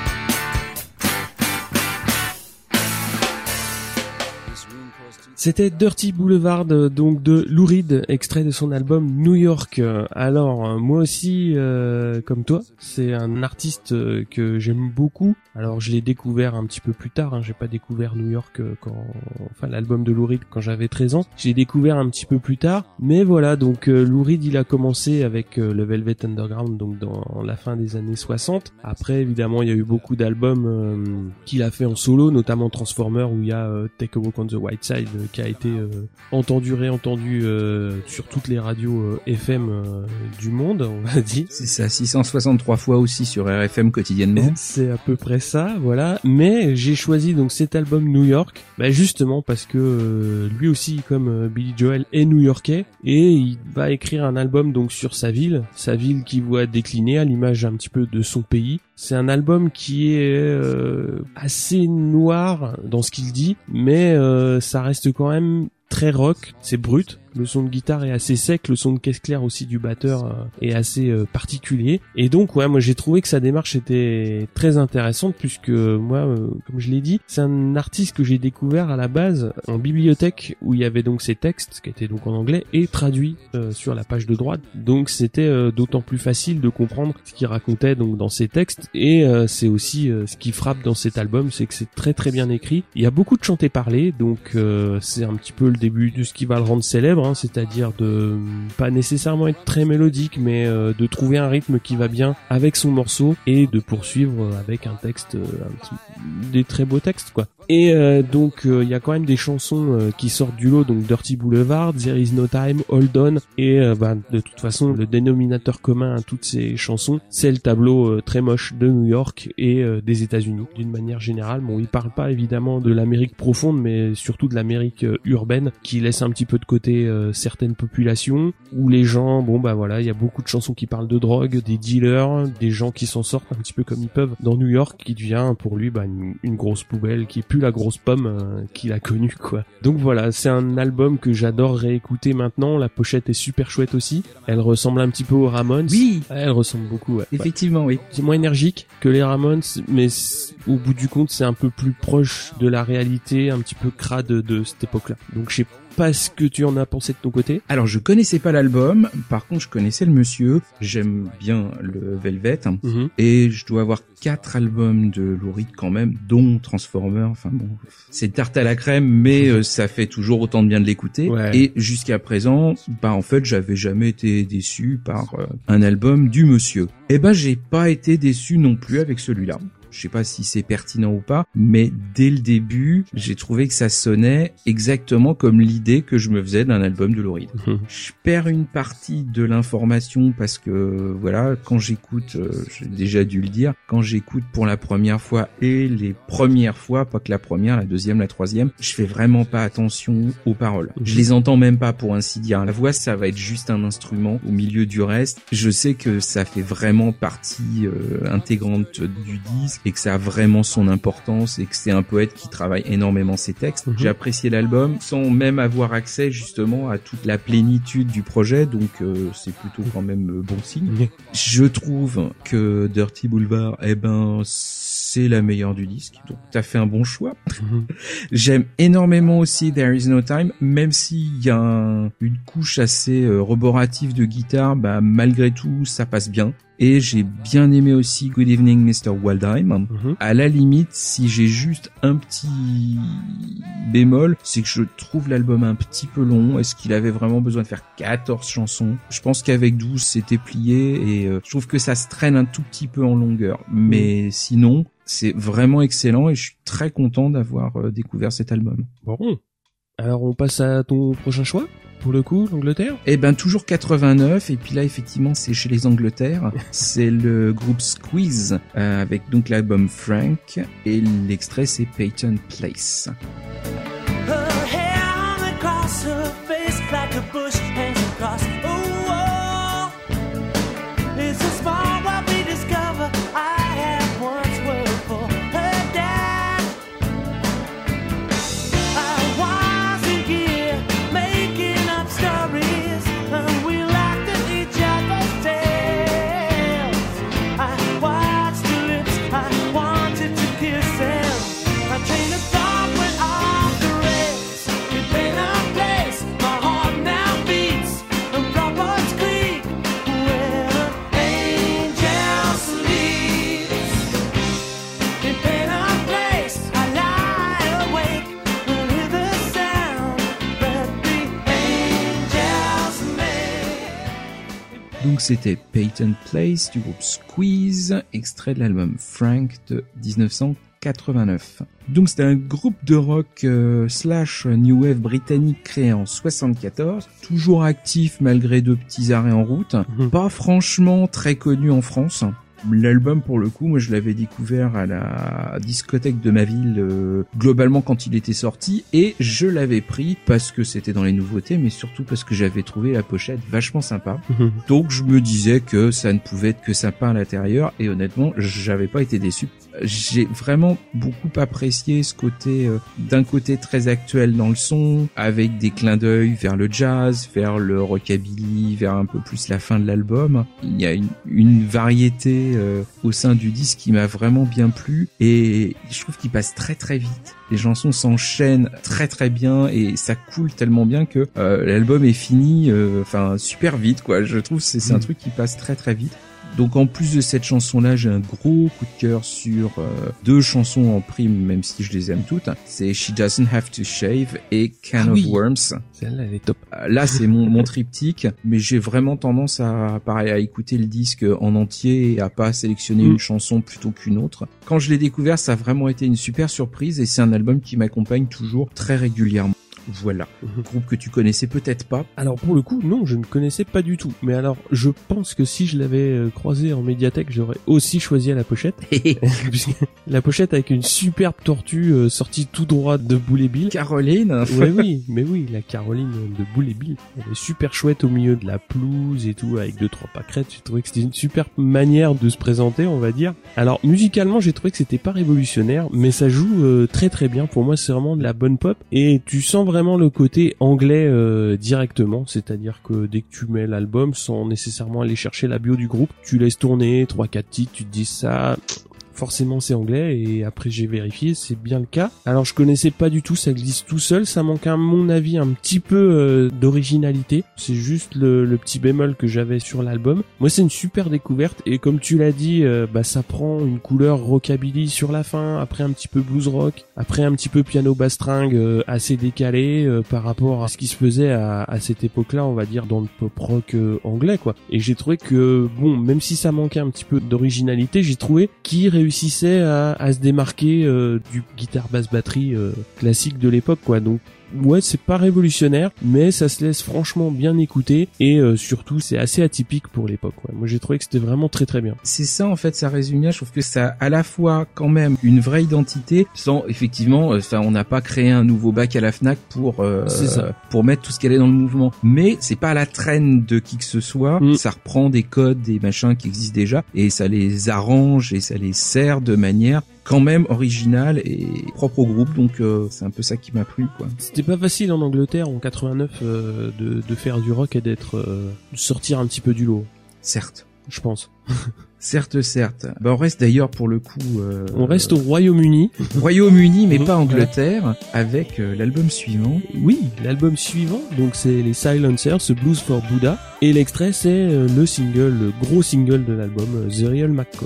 C'était Dirty Boulevard, donc de Lou Reed, extrait de son album New York. Alors moi aussi, euh, comme toi, c'est un artiste que j'aime beaucoup. Alors je l'ai découvert un petit peu plus tard, hein. J'ai pas découvert New York quand, enfin l'album de Lou Reed quand j'avais treize ans. J'ai découvert un petit peu plus tard, mais voilà. Donc euh, Lou Reed, il a commencé avec euh, le Velvet Underground, donc dans la fin des années soixante. Après, évidemment, il y a eu beaucoup d'albums euh, qu'il a fait en solo, notamment Transformer, où il y a euh, Take a Walk on the White Side, euh, qui a été euh, entendu, réentendu euh, sur toutes les radios euh, F M euh, du monde, on va dire. C'est ça, six cent soixante-trois fois aussi sur R F M quotidiennement. C'est à peu près ça, voilà. Mais j'ai choisi donc cet album New York, bah justement parce que euh, lui aussi, comme euh, Billy Joel, est new-yorkais et il va écrire un album donc sur sa ville, sa ville qui voit décliner à l'image un petit peu de son pays. C'est un album qui est euh, assez noir dans ce qu'il dit, mais euh, ça reste quand même très rock, c'est brut. Le son de guitare est assez sec, le son de caisse claire aussi du batteur euh, est assez euh, particulier. Et donc ouais, moi j'ai trouvé que sa démarche était très intéressante puisque moi, euh, comme je l'ai dit, c'est un artiste que j'ai découvert à la base en bibliothèque où il y avait donc ses textes qui étaient donc en anglais et traduits euh, sur la page de droite. Donc c'était euh, d'autant plus facile de comprendre ce qu'il racontait donc dans ses textes. Et euh, c'est aussi euh, ce qui frappe dans cet album, c'est que c'est très très bien écrit. Il y a beaucoup de chanté parlé, donc euh, c'est un petit peu le début de ce qui va le rendre célèbre. Hein, c'est-à-dire de pas nécessairement être très mélodique, mais euh, de trouver un rythme qui va bien avec son morceau et de poursuivre avec un texte, euh, un petit, des très beaux textes quoi. Et euh, donc il euh, y a quand même des chansons euh, qui sortent du lot, donc Dirty Boulevard, There Is No Time, Hold On, et euh, bah, de toute façon le dénominateur commun à toutes ces chansons, c'est le tableau euh, très moche de New York et euh, des États-Unis d'une manière générale. Bon, il parle pas évidemment de l'Amérique profonde, mais surtout de l'Amérique euh, urbaine qui laisse un petit peu de côté euh, certaines populations où les gens, bon bah voilà, il y a beaucoup de chansons qui parlent de drogue, des dealers, des gens qui s'en sortent un petit peu comme ils peuvent dans New York, qui devient pour lui bah, une, une grosse poubelle qui pue la grosse pomme euh, qu'il a connue quoi. Donc voilà, c'est un album que j'adore réécouter maintenant. La pochette est super chouette aussi, elle ressemble un petit peu aux Ramones. Oui, ouais, elle ressemble beaucoup, ouais. Effectivement, oui. C'est moins énergique que les Ramones, mais au bout du compte c'est un peu plus proche de la réalité, un petit peu crade de, de cette époque là. Donc je sais pas ce que tu en as pensé de ton côté. Alors je connaissais pas l'album, par contre je connaissais le monsieur, j'aime bien le Velvet, mm-hmm. et je dois avoir quatre albums de Lou Reed quand même, dont Transformer, enfin bon, c'est tarte à la crème, mais euh, ça fait toujours autant de bien de l'écouter, ouais. Et jusqu'à présent, bah en fait j'avais jamais été déçu par euh, un album du monsieur. Et ben bah, j'ai pas été déçu non plus avec celui-là. Je sais pas si c'est pertinent ou pas, mais dès le début, j'ai trouvé que ça sonnait exactement comme l'idée que je me faisais d'un album de Lou Reed. Mmh. Je perds une partie de l'information parce que, voilà, quand j'écoute, euh, j'ai déjà dû le dire, quand j'écoute pour la première fois et les premières fois, pas que la première, la deuxième, la troisième, je fais vraiment pas attention aux paroles. Mmh. Je les entends même pas pour ainsi dire. La voix, ça va être juste un instrument au milieu du reste. Je sais que ça fait vraiment partie euh, intégrante du disque. et que ça a vraiment son importance et que c'est un poète qui travaille énormément ses textes. Mm-hmm. J'ai apprécié l'album sans même avoir accès justement à toute la plénitude du projet, donc euh, c'est plutôt quand même euh, bon signe. Mm-hmm. Je trouve que Dirty Boulevard, eh ben c'est la meilleure du disque, donc t'as fait un bon choix. Mm-hmm. J'aime énormément aussi There Is No Time, même s'il y a un, une couche assez euh, roborative de guitare, bah malgré tout ça passe bien. Et j'ai bien aimé aussi Good Evening Mister Waldheim. Mm-hmm. À la limite, si j'ai juste un petit bémol, c'est que je trouve l'album un petit peu long. Est-ce qu'il avait vraiment besoin de faire quatorze chansons? Je pense qu'avec douze, c'était plié et euh, je trouve que ça se traîne un tout petit peu en longueur. Mais mm. sinon, c'est vraiment excellent et je suis très content d'avoir euh, découvert cet album. Bon. Alors on passe à ton prochain choix? Pour le coup, l'Angleterre? Eh ben, toujours quatre-vingt-neuf, et puis là, effectivement, c'est chez les Angleterres. C'est le groupe Squeeze, euh, avec donc l'album Frank, et l'extrait, c'est Peyton Place. Donc c'était Peyton Place du groupe Squeeze, extrait de l'album Frank de dix-neuf cent quatre-vingt-neuf. Donc c'était un groupe de rock euh, slash new wave britannique créé en soixante-quatorze, toujours actif malgré deux petits arrêts en route, mmh. Pas franchement très connu en France. L'album, pour le coup, moi je l'avais découvert à la discothèque de ma ville euh, globalement quand il était sorti, et je l'avais pris parce que c'était dans les nouveautés, mais surtout parce que j'avais trouvé la pochette vachement sympa. Mmh. Donc je me disais que ça ne pouvait être que sympa à l'intérieur, et honnêtement j'avais pas été déçu. J'ai vraiment beaucoup apprécié ce côté, euh, d'un côté très actuel dans le son, avec des clins d'œil vers le jazz, vers le rockabilly, vers un peu plus la fin de l'album. Il y a une, une variété euh, au sein du disque qui m'a vraiment bien plu, et je trouve qu'il passe très très vite. Les chansons s'enchaînent très très bien et ça coule tellement bien que euh, l'album est fini, enfin euh, super vite quoi. Je trouve que c'est, c'est un truc qui passe très très vite. Donc en plus de cette chanson-là, j'ai un gros coup de cœur sur euh, deux chansons en prime, même si je les aime toutes. C'est She Doesn't Have to Shave et Can ah of oui. Worms. Celle-là, elle est top. Là, c'est mon, mon triptyque, mais j'ai vraiment tendance à, pareil, à écouter le disque en entier et à pas sélectionner mmh. une chanson plutôt qu'une autre. Quand je l'ai découvert, ça a vraiment été une super surprise et c'est un album qui m'accompagne toujours très régulièrement. Voilà, mmh. Groupe que tu connaissais peut-être pas. Alors pour le coup, non, je ne connaissais pas du tout. Mais alors, je pense que si je l'avais croisé en médiathèque, j'aurais aussi choisi à la pochette. La pochette avec une superbe tortue euh, sortie tout droit de Bull et Bill. Caroline. Ouais, oui, mais oui, la Caroline de Bull et Bill. Elle est super chouette au milieu de la pelouse et tout, avec deux trois pâquerettes. J'ai trouvé que c'était une super manière de se présenter, on va dire. Alors musicalement, j'ai trouvé que c'était pas révolutionnaire, mais ça joue euh, très très bien. Pour moi, c'est vraiment de la bonne pop et tu sens vraiment le côté anglais euh, directement, c'est-à-dire que dès que tu mets l'album sans nécessairement aller chercher la bio du groupe, tu laisses tourner trois quatre titres, tu te dis ça, forcément c'est anglais, et après j'ai vérifié, c'est bien le cas. Alors je connaissais pas du tout, ça glisse tout seul, ça manque à mon avis un petit peu euh, d'originalité, c'est juste le, le petit bémol que j'avais sur l'album. Moi c'est une super découverte, et comme tu l'as dit, euh, bah ça prend une couleur rockabilly sur la fin, après un petit peu blues rock, après un petit peu piano bass string euh, assez décalé euh, par rapport à ce qui se faisait à, à cette époque-là, on va dire dans le pop rock euh, anglais quoi. Et j'ai trouvé que bon, même si ça manquait un petit peu d'originalité, j'ai trouvé qu'il réussissait à, à se démarquer euh, du guitare basse batterie euh, classique de l'époque quoi. Donc ouais, c'est pas révolutionnaire, mais ça se laisse franchement bien écouter et euh, surtout c'est assez atypique pour l'époque. Ouais. Moi j'ai trouvé que c'était vraiment très très bien. C'est ça en fait, ça résume bien. Je trouve que ça a à la fois quand même une vraie identité, sans effectivement, euh, ça, on n'a pas créé un nouveau bac à la Fnac pour euh, pour mettre tout ce qu'elle est dans le mouvement. Mais c'est pas à la traîne de qui que ce soit. Mm. Ça reprend des codes, des machins qui existent déjà et ça les arrange et ça les sert de manière quand même original et propre au groupe, donc euh, c'est un peu ça qui m'a plu, quoi. C'était pas facile en Angleterre en quatre-vingt-neuf euh, de, de faire du rock et d'être euh, de sortir un petit peu du lot. Certes, je pense. Certes, certes. Bah, on reste d'ailleurs pour le coup. Euh, on reste au Royaume-Uni. Royaume-Uni, mais pas Angleterre, avec euh, l'album suivant. Oui, l'album suivant. Donc c'est les Silencers, ce Blues for Buddha, et l'extrait c'est euh, le single, le gros single de l'album, euh, The Real McCoy.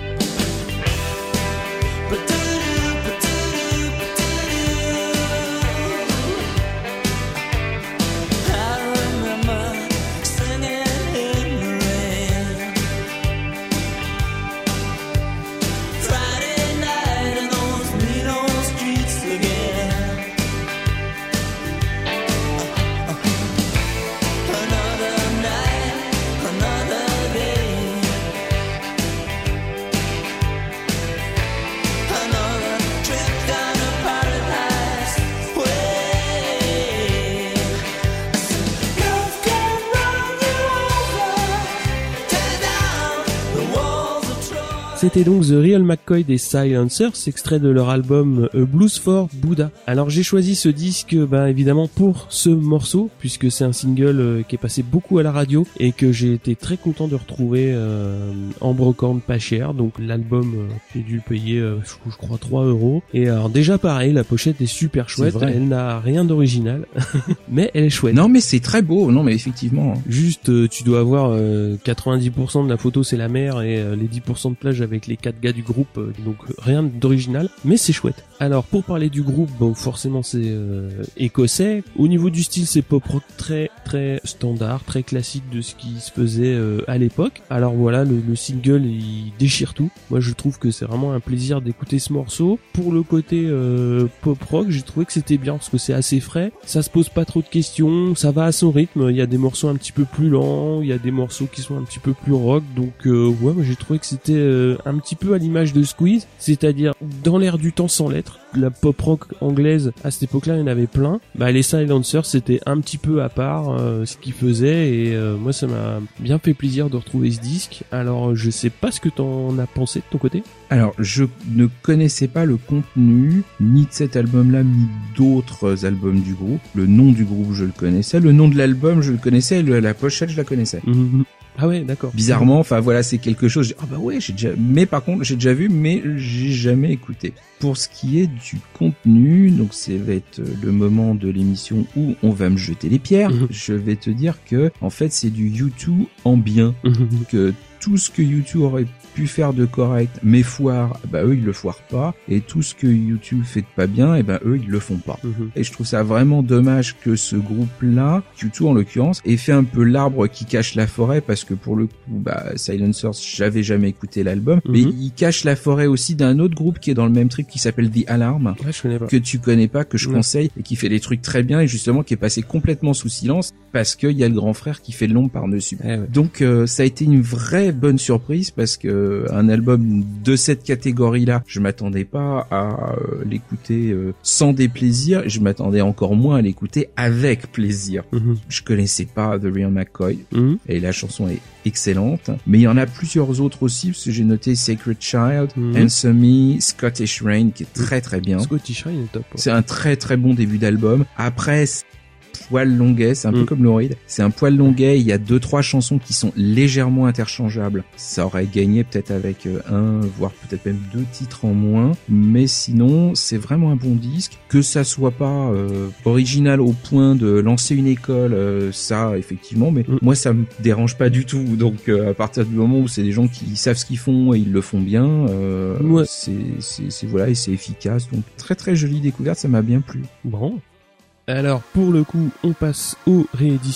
C'était donc The Real McCoy des Silencers, extrait de leur album A Blues for Buddha. Alors j'ai choisi ce disque, bah évidemment pour ce morceau, puisque c'est un single euh, qui est passé beaucoup à la radio et que j'ai été très content de retrouver euh, en brocante pas cher. Donc l'album, euh, j'ai dû le payer, euh, je, je crois trois euros. Et alors déjà pareil, la pochette est super chouette. Elle n'a rien d'original, mais elle est chouette. Non mais c'est très beau, non mais effectivement. Juste, euh, tu dois avoir euh, quatre-vingt-dix pour cent de la photo c'est la mer et euh, les dix pour cent de plage avec les quatre gars du groupe, euh, donc rien d'original, mais c'est chouette. Alors pour parler du groupe, bon forcément c'est euh, écossais. Au niveau du style, c'est pop rock très très standard, très classique de ce qui se faisait euh, à l'époque. Alors voilà, le, le single il déchire tout. Moi je trouve que c'est vraiment un plaisir d'écouter ce morceau. Pour le côté euh, pop rock, j'ai trouvé que c'était bien parce que c'est assez frais, ça se pose pas trop de questions, ça va à son rythme. Il y a des morceaux un petit peu plus lents, il y a des morceaux qui sont un petit peu plus rock, donc euh, ouais, moi j'ai trouvé que c'était euh, un petit peu à l'image de Squeeze, c'est-à-dire dans l'air du temps sans l'être. La pop rock anglaise à cette époque-là, il y en avait plein. Bah les Silencers, c'était un petit peu à part euh, ce qu'ils faisaient et euh, moi ça m'a bien fait plaisir de retrouver ce disque. Alors je sais pas ce que t'en as pensé de ton côté. Alors je ne connaissais pas le contenu ni de cet album-là ni d'autres albums du groupe. Le nom du groupe je le connaissais, le nom de l'album je le connaissais, le, la pochette je la connaissais. Mmh. Ah ouais, d'accord. Bizarrement, enfin voilà, c'est quelque chose. Ah bah ouais, j'ai déjà. Mais par contre, j'ai déjà vu, mais j'ai jamais écouté. Pour ce qui est du contenu, donc ça va être le moment de l'émission où on va me jeter les pierres. Mmh. Je vais te dire que en fait, c'est du U deux en bien. Mmh. Que tout ce que U deux aurait pu faire de correct mais foire, bah eux ils le foirent pas, et tout ce que U deux fait de pas bien, et ben bah, eux ils le font pas. Mm-hmm. Et je trouve ça vraiment dommage que ce groupe-là, U deux en l'occurrence, ait fait un peu l'arbre qui cache la forêt, parce que pour le coup, bah Silencers, j'avais jamais écouté l'album, mm-hmm. mais il cache la forêt aussi d'un autre groupe qui est dans le même trip qui s'appelle The Alarm, ouais, je connais pas. Que tu connais pas, que je ouais. conseille, et qui fait des trucs très bien, et justement qui est passé complètement sous silence parce qu'il y a le grand frère qui fait l'ombre par-dessus. Eh ouais. Donc euh, ça a été une vraie bonne surprise, parce que un album de cette catégorie-là, je m'attendais pas à euh, l'écouter euh, sans déplaisir, je m'attendais encore moins à l'écouter avec plaisir. Mm-hmm. Je connaissais pas The Real McCoy, mm-hmm. et la chanson est excellente, mais il y en a plusieurs autres aussi, parce que j'ai noté Sacred Child, mm-hmm. Answer Me, Scottish Rain, qui est très très bien. Scottish Rain est top. Ouais. C'est un très très bon début d'album. Après, poil longuet, c'est un mmh. peu comme Lauride, c'est un poil longuet, il y a deux trois chansons qui sont légèrement interchangeables. Ça aurait gagné peut-être avec un, voire peut-être même deux titres en moins, mais sinon c'est vraiment un bon disque. Que ça soit pas euh, original au point de lancer une école, euh, ça effectivement, mais mmh. moi ça me dérange pas du tout. Donc euh, à partir du moment où c'est des gens qui savent ce qu'ils font et ils le font bien, euh, ouais. c'est, c'est, c'est voilà, et c'est efficace. Donc très très jolie découverte, ça m'a bien plu. Bon. Alors pour le coup, on passe aux rééditions.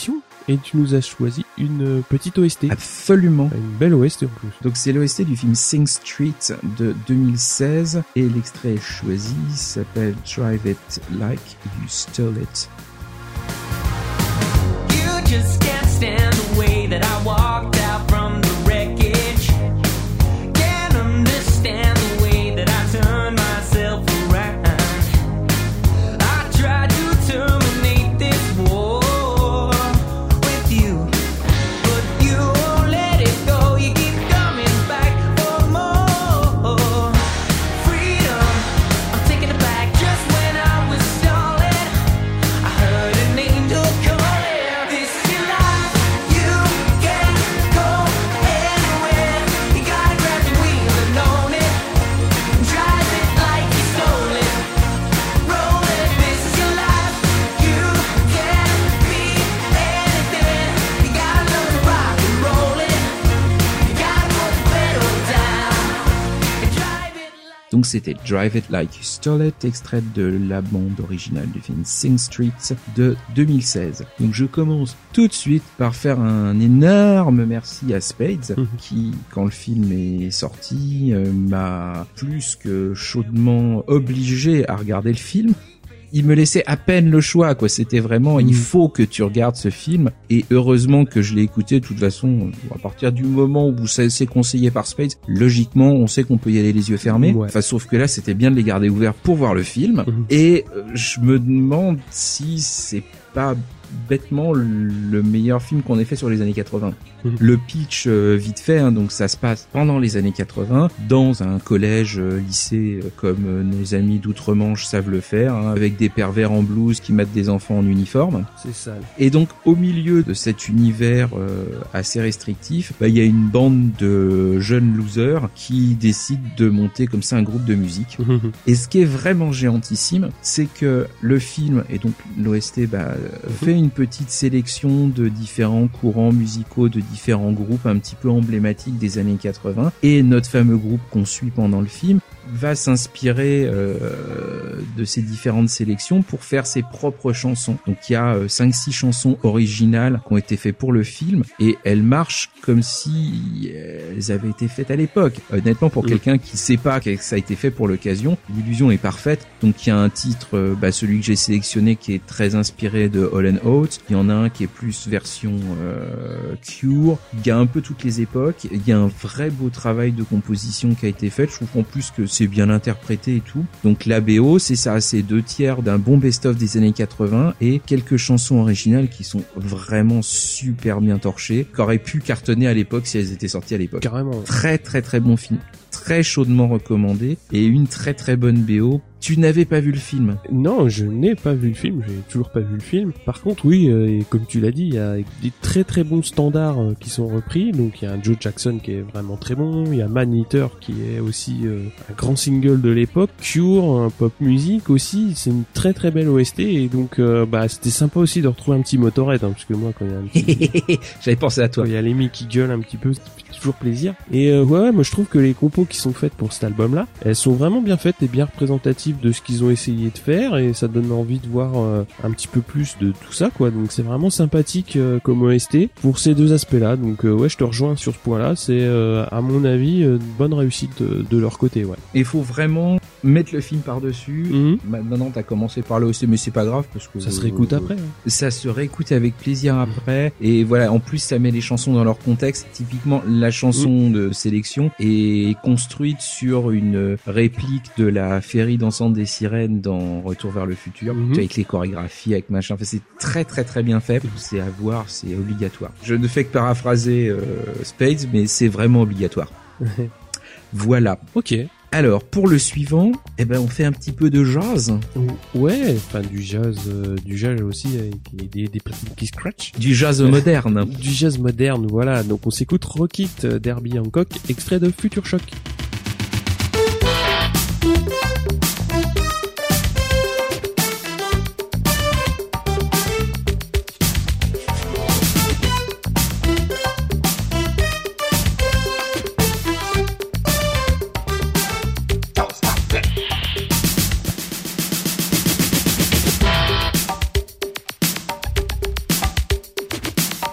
et tu nous as choisi une petite O S T. Absolument. Une belle O S T en plus. Donc c'est l'O S T du film Sing Street de deux mille seize et l'extrait choisi s'appelle Drive It Like You Stole It. You just can't stand the way that I walked out from the wreckage. Can't understand the way that I turned myself around. I tried to terminate this war with you, but you won't let it go. You keep coming back for more freedom. I'm taking it back just when I was stalling. I heard an angel calling. This is your life. You can't go anywhere. You gotta grab the wheel and own it. Drive it like you stole it. Roll it. This is your life. You can't be anything. You gotta learn to rock and roll it. You gotta put the pedal down and drive it like. Donc c'était Drive It Like You Stole It, extrait de la bande originale du film Sing Street de deux mille seize. Donc je commence tout de suite par faire un énorme merci à Spades Mhm. qui, quand le film est sorti, euh, m'a plus que chaudement obligé à regarder le film. Il me laissait à peine le choix, quoi. C'était vraiment, il Mhm. faut que tu regardes ce film. Et heureusement que je l'ai écouté. De toute façon, à partir du moment où ça c'est conseillé par Spades, logiquement, on sait qu'on peut y aller les yeux fermés. Ouais. Enfin, sauf que là, c'était bien de les garder ouverts pour voir le film. Mhm. Et euh, je me demande si c'est pas bêtement le meilleur film qu'on ait fait sur les années quatre-vingts. Mhm. Le pitch, euh, vite fait, hein, donc ça se passe pendant les années quatre-vingts, dans un collège, euh, lycée, euh, comme euh, nos amis d'outre-Manche savent le faire, hein, avec des pervers en blouse qui matent des enfants en uniforme. C'est sale. Et donc, au milieu de cet univers euh, assez restrictif, bah, il y a une bande de jeunes losers qui décident de monter comme ça un groupe de musique. Et ce qui est vraiment géantissime, c'est que le film, et donc l'O S T, bah, fait une petite sélection de différents courants musicaux, de différents groupes un petit peu emblématiques des années quatre-vingts. Et notre fameux groupe qu'on suit pendant le film va s'inspirer euh, de ces différentes sélections pour faire ses propres chansons. Donc il y a euh, cinq six chansons originales qui ont été faites pour le film et elles marchent comme si elles avaient été faites à l'époque. Honnêtement, pour Mmh. quelqu'un qui sait pas que ça a été fait pour l'occasion, l'illusion est parfaite. Donc il y a un titre, euh, bah, celui que j'ai sélectionné, qui est très inspiré de Hall and Oates. Il y en a un qui est plus version euh, Cure. Il y a un peu toutes les époques. Il y a un vrai beau travail de composition qui a été fait. Je trouve qu'en plus que c'est bien interprété et tout. Donc la B O, c'est ça, c'est deux tiers d'un bon best-of des années quatre-vingts et quelques chansons originales qui sont vraiment super bien torchées, qui auraient pu cartonner à l'époque si elles étaient sorties à l'époque. Carrément. Très très très bon film, très chaudement recommandé et une très très bonne B O. Tu n'avais pas vu le film? Non, je n'ai pas vu le film, j'ai toujours pas vu le film. Par contre, oui, euh, et comme tu l'as dit, il y a des très très bons standards euh, qui sont repris. Donc il y a un Joe Jackson qui est vraiment très bon, il y a Man Eater qui est aussi euh, un grand single de l'époque, Cure, un pop music aussi, c'est une très très belle O S T et donc euh, bah c'était sympa aussi de retrouver un petit Motorhead, hein, parce que moi quand il y a un petit... J'avais pensé à toi. Quand il y a Lemmy qui gueule un petit peu, ça fait toujours plaisir. Et euh, ouais, ouais, moi je trouve que les compos qui sont faites pour cet album-là, elles sont vraiment bien faites et bien représentatives de ce qu'ils ont essayé de faire et ça donne envie de voir euh, un petit peu plus de tout ça, quoi. Donc c'est vraiment sympathique euh, comme O S T pour ces deux aspects-là. Donc euh, ouais, je te rejoins sur ce point-là. C'est euh, à mon avis euh, une bonne réussite de, de leur côté, ouais. Il faut vraiment mettre le film par-dessus. Mhm. Maintenant, t'as commencé par le O S T, mais c'est pas grave parce que Ça se réécoute euh, après. Hein. Ça se réécoute avec plaisir après. Et voilà, en plus, ça met les chansons dans leur contexte. Typiquement, la chanson de sélection est construite sur une réplique de la féerie dansante des sirènes dans Retour vers le futur, Mhm. avec les chorégraphies, avec machin. Enfin, c'est très très très bien fait. C'est à voir, c'est obligatoire. Je ne fais que paraphraser euh, Spades, mais c'est vraiment obligatoire. Voilà. Ok. Alors, pour le suivant, eh ben, on fait un petit peu de jazz. Ouais, enfin du jazz, euh, du jazz aussi avec des, des platines qui scratch. Du jazz moderne. Du jazz moderne, voilà. Donc on s'écoute Rockit d'Herbie Hancock, extrait de Future Shock. I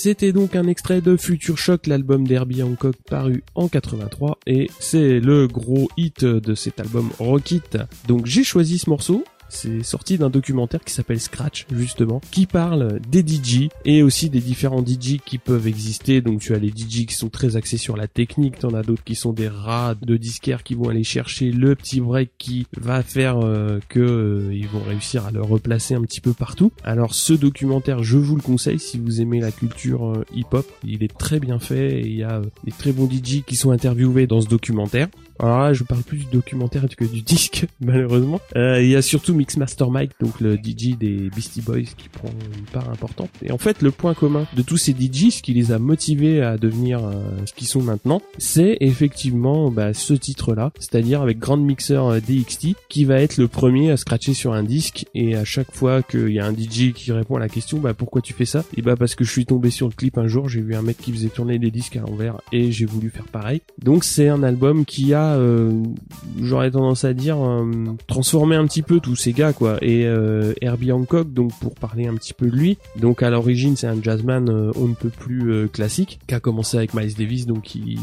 C'était donc un extrait de Future Shock, l'album d'Herbie Hancock paru en quatre-vingt-trois, et c'est le gros hit de cet album Rock It. Donc j'ai choisi ce morceau. C'est sorti d'un documentaire qui s'appelle Scratch, justement, qui parle des D J et aussi des différents D J qui peuvent exister. Donc tu as les D J qui sont très axés sur la technique, t'en as d'autres qui sont des rats de disquaires qui vont aller chercher le petit break qui va faire euh, que euh, ils vont réussir à le replacer un petit peu partout. Alors ce documentaire, je vous le conseille si vous aimez la culture euh, hip-hop. Il est très bien fait et il y a euh, des très bons D J qui sont interviewés dans ce documentaire. Alors là, je parle plus du documentaire que du disque, malheureusement. Euh, il y a surtout Mixmaster Mike, donc le D J des Beastie Boys, qui prend une part importante. Et en fait, le point commun de tous ces D J, ce qui les a motivés à devenir euh, ce qu'ils sont maintenant, c'est effectivement bah, ce titre-là, c'est-à-dire avec Grand Mixer D X T, qui va être le premier à scratcher sur un disque. Et à chaque fois qu'il y a un D J qui répond à la question, bah pourquoi tu fais ça ? Et bah parce que je suis tombé sur le clip un jour, j'ai vu un mec qui faisait tourner les disques à l'envers et j'ai voulu faire pareil. Donc c'est un album qui a Euh, j'aurais tendance à dire euh, transformer un petit peu tous ces gars quoi. Et euh, Herbie Hancock, donc pour parler un petit peu de lui, donc à l'origine c'est un jazzman euh, on ne peut plus euh, classique qui a commencé avec Miles Davis, donc il,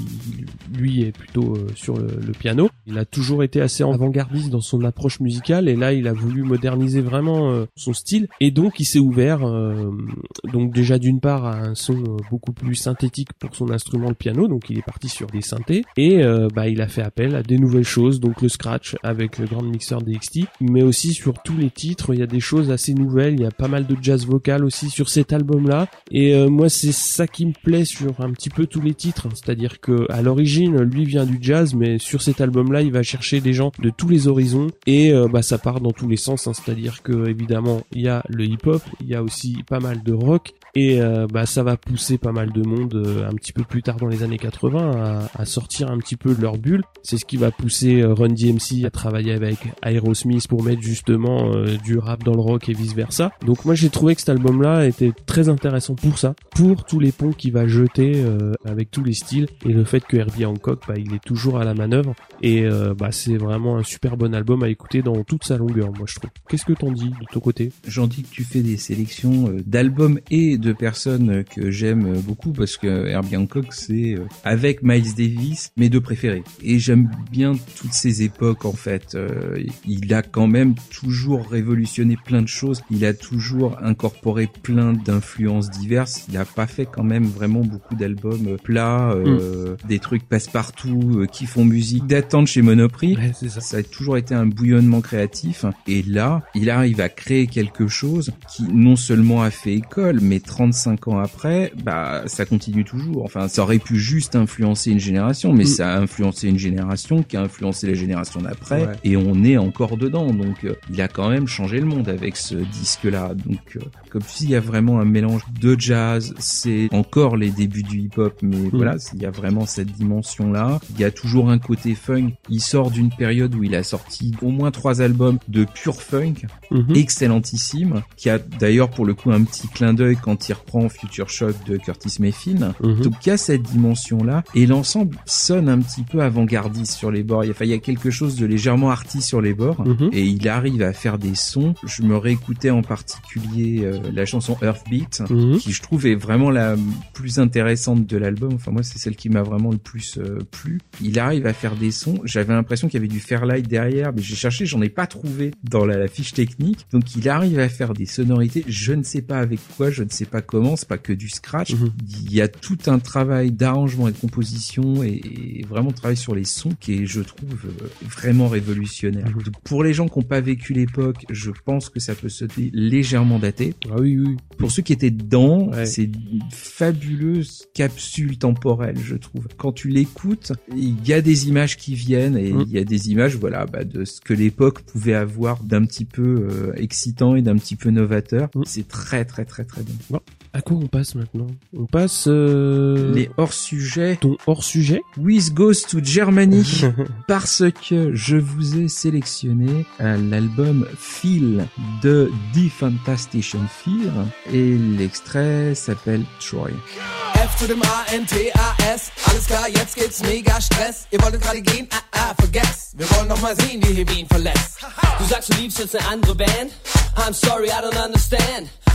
lui est plutôt euh, sur le, le piano. Il a toujours été assez avant-gardiste dans son approche musicale et là il a voulu moderniser vraiment euh, son style et donc il s'est ouvert euh, donc déjà d'une part à un son euh, beaucoup plus synthétique pour son instrument le piano, donc il est parti sur des synthés et euh, bah il a fait appel à des nouvelles choses, donc le scratch avec le Grand Mixer D X T, mais aussi sur tous les titres il y a des choses assez nouvelles, il y a pas mal de jazz vocal aussi sur cet album là et euh, moi c'est ça qui me plaît sur un petit peu tous les titres, c'est-à-dire que à l'origine lui vient du jazz mais sur cet album là il va chercher des gens de tous les horizons et euh, bah ça part dans tous les sens, hein, c'est-à-dire que évidemment il y a le hip-hop, il y a aussi pas mal de rock et euh, bah ça va pousser pas mal de monde euh, un petit peu plus tard dans les années quatre-vingts à, à sortir un petit peu de leur bulle. C'est ce qui va pousser euh, Run D M C à travailler avec Aerosmith pour mettre justement euh, du rap dans le rock et vice versa. Donc moi j'ai trouvé que cet album là était très intéressant pour ça, pour tous les ponts qu'il va jeter euh, avec tous les styles et le fait que Herbie Hancock bah il est toujours à la manœuvre et euh, bah c'est vraiment un super bon album à écouter dans toute sa longueur, moi je trouve. Qu'est-ce que t'en dis de ton côté ? J'en dis que tu fais des sélections d'albums et de personnes que j'aime beaucoup parce que Herbie Hancock c'est avec Miles Davis mes deux préférés et j'aime bien toutes ces époques en fait. Euh, il a quand même toujours révolutionné plein de choses, il a toujours incorporé plein d'influences diverses, il a pas fait quand même vraiment beaucoup d'albums plats, euh, mm. des trucs passe-partout euh, qui font musique d'attente chez Monoprix. Ouais, c'est ça. Ça a toujours été un bouillonnement créatif et là il arrive à créer quelque chose qui non seulement a fait école mais trente-cinq ans après bah ça continue toujours. Enfin ça aurait pu juste influencer une génération mais mm. ça a influencé une génération qui a influencé la génération d'après ouais. et on est encore dedans donc euh, il a quand même changé le monde avec ce disque là donc euh, comme si il y a vraiment un mélange de jazz, c'est encore les débuts du hip-hop mais mmh. voilà il y a vraiment cette dimension là, il y a toujours un côté funk, il sort d'une période où il a sorti au moins trois albums de pure funk mmh. excellentissime qui a d'ailleurs pour le coup un petit clin d'œil quand il reprend Future Shock de Curtis Mayfield mmh. donc il y a cette dimension là et l'ensemble sonne un petit peu avant-gardiste sur les bords. Enfin, il y a quelque chose de légèrement arty sur les bords mm-hmm. et il arrive à faire des sons. Je me réécoutais en particulier euh, la chanson Earthbeat mm-hmm. qui je trouve est vraiment la plus intéressante de l'album. Enfin moi c'est celle qui m'a vraiment le plus euh, plu. Il arrive à faire des sons. J'avais l'impression qu'il y avait du Fairlight derrière mais j'ai cherché, j'en ai pas trouvé dans la, la fiche technique. Donc il arrive à faire des sonorités. Je ne sais pas avec quoi, je ne sais pas comment. C'est pas que du scratch. Mm-hmm. Il y a tout un travail d'arrangement et de composition et, et vraiment travail sur les sons qui est, je trouve, vraiment révolutionnaire. Mmh. Donc, pour les gens qui n'ont pas vécu l'époque, je pense que ça peut se légèrement dater. Ah oui, oui. Pour ceux qui étaient dedans, ouais. c'est une fabuleuse capsule temporelle, je trouve. Quand tu l'écoutes, il y a des images qui viennent et mmh. il y a des images, voilà, bah, de ce que l'époque pouvait avoir d'un petit peu euh, excitant et d'un petit peu novateur. Mmh. C'est très, très, très, très bien. Bon. À quoi on passe maintenant ? On passe... Euh... Les hors-sujets. Ton hors-sujet ? With Goes to Germany. Parce que je vous ai sélectionné euh, l'album Feel de The Fantastic Fear et l'extrait s'appelle Troy. F zu dem A N T A S, alles klar, jetzt geht's mega Stress. Ihr wolltet gerade gehen, ah ah, vergesst. Wir wollen noch mal sehen, wie ihr Wien verlässt. Du sagst, du liebst jetzt eine andere Band? I'm sorry, I don't understand.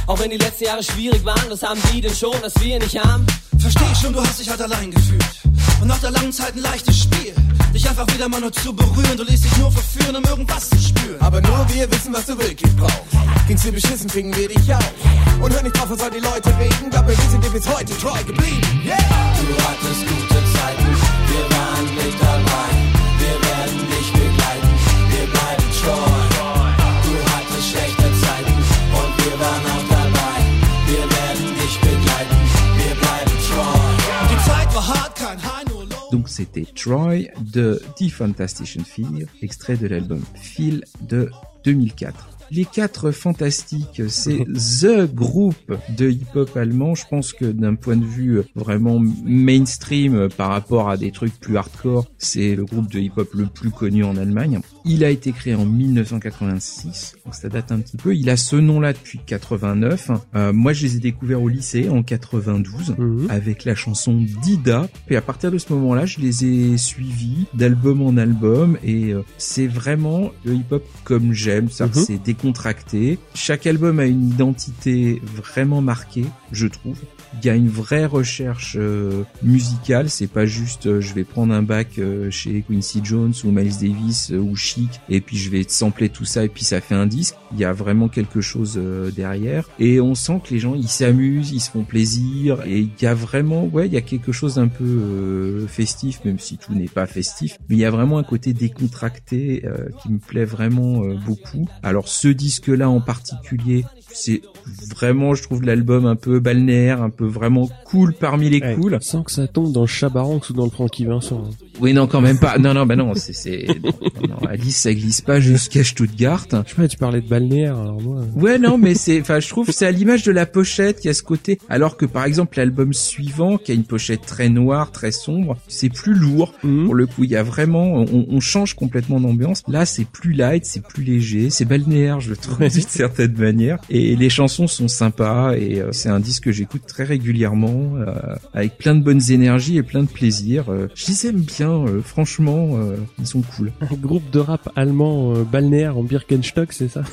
Auch wenn die letzten Jahre schwierig waren, was haben die denn schon, was wir nicht haben? Versteh schon, du hast dich halt allein gefühlt. Und nach der langen Zeit ein leichtes Spiel. Dich einfach wieder mal nur zu berühren. Du lässt dich nur verführen, um irgendwas zu spüren. Aber nur wir wissen, was du wirklich brauchst. Ging's dir beschissen, fingen wir dich auf. Und hör nicht drauf, was soll die Leute reden. Glaub mir, wir sind dir bis heute treu geblieben. Yeah! Du hattest gute Zeiten, wir waren nicht allein. Wir werden dich begleiten, wir bleiben treu. Du hattest schlechte Zeiten und wir waren auch dabei. Wir werden dich begleiten, wir bleiben treu. Die Zeit war hart, kein High, nur low. Donc c'était Troy de Die Fantastischen Vier, extrait de l'album Feel de deux mille quatre. Les Quatre Fantastiques, c'est the groupe de hip-hop allemand. Je pense que d'un point de vue vraiment mainstream par rapport à des trucs plus hardcore, c'est le groupe de hip-hop le plus connu en Allemagne. Il a été créé en mille neuf cent quatre-vingt-six, donc ça date un petit peu. Il a ce nom-là depuis quatre-vingt-neuf. Euh, moi, je les ai découverts au lycée en quatre-vingt-douze mmh. avec la chanson Dida. Et à partir de ce moment-là, je les ai suivis d'album en album et euh, c'est vraiment le hip-hop comme j'aime. Ça, mmh. c'est des contracté. Chaque album a une identité vraiment marquée, je trouve. Il y a une vraie recherche euh, musicale, c'est pas juste euh, je vais prendre un bac euh, chez Quincy Jones ou Miles Davis euh, ou Chic et puis je vais sampler tout ça et puis ça fait un disque. Il y a vraiment quelque chose euh, derrière et on sent que les gens ils s'amusent, ils se font plaisir et il y a vraiment ouais, il y a quelque chose d'un peu euh, festif même si tout n'est pas festif, mais il y a vraiment un côté décontracté euh, qui me plaît vraiment euh, beaucoup. Alors ce disque-là en particulier, c'est vraiment, je trouve, l'album un peu balnéaire, un peu vraiment cool parmi les ouais, cools. Sans que ça tombe dans le Chabaranx ou dans le Francky Vincent. Hein. Oui, non, quand même pas. Non, non, bah non, c'est, c'est, non, non, Alice, ça glisse pas jusqu'à Stuttgart. Je sais pas, tu parlais de balnéaire, alors moi. Ouais, non, mais c'est, enfin, je trouve, c'est à l'image de la pochette, il y a ce côté, alors que par exemple, l'album suivant, qui a une pochette très noire, très sombre, c'est plus lourd. Mmh. Pour le coup, il y a vraiment, on, on change complètement d'ambiance. Là, c'est plus light, c'est plus léger, c'est balnéaire, je le trouve d'une certaine manière. Et les chansons sont sympas et euh, c'est un disque que j'écoute très régulièrement, euh, avec plein de bonnes énergies et plein de plaisir. Euh, je les aime bien. Euh, franchement, euh, ils sont cool. Un groupe de rap allemand euh, balnéaire en Birkenstock, c'est ça?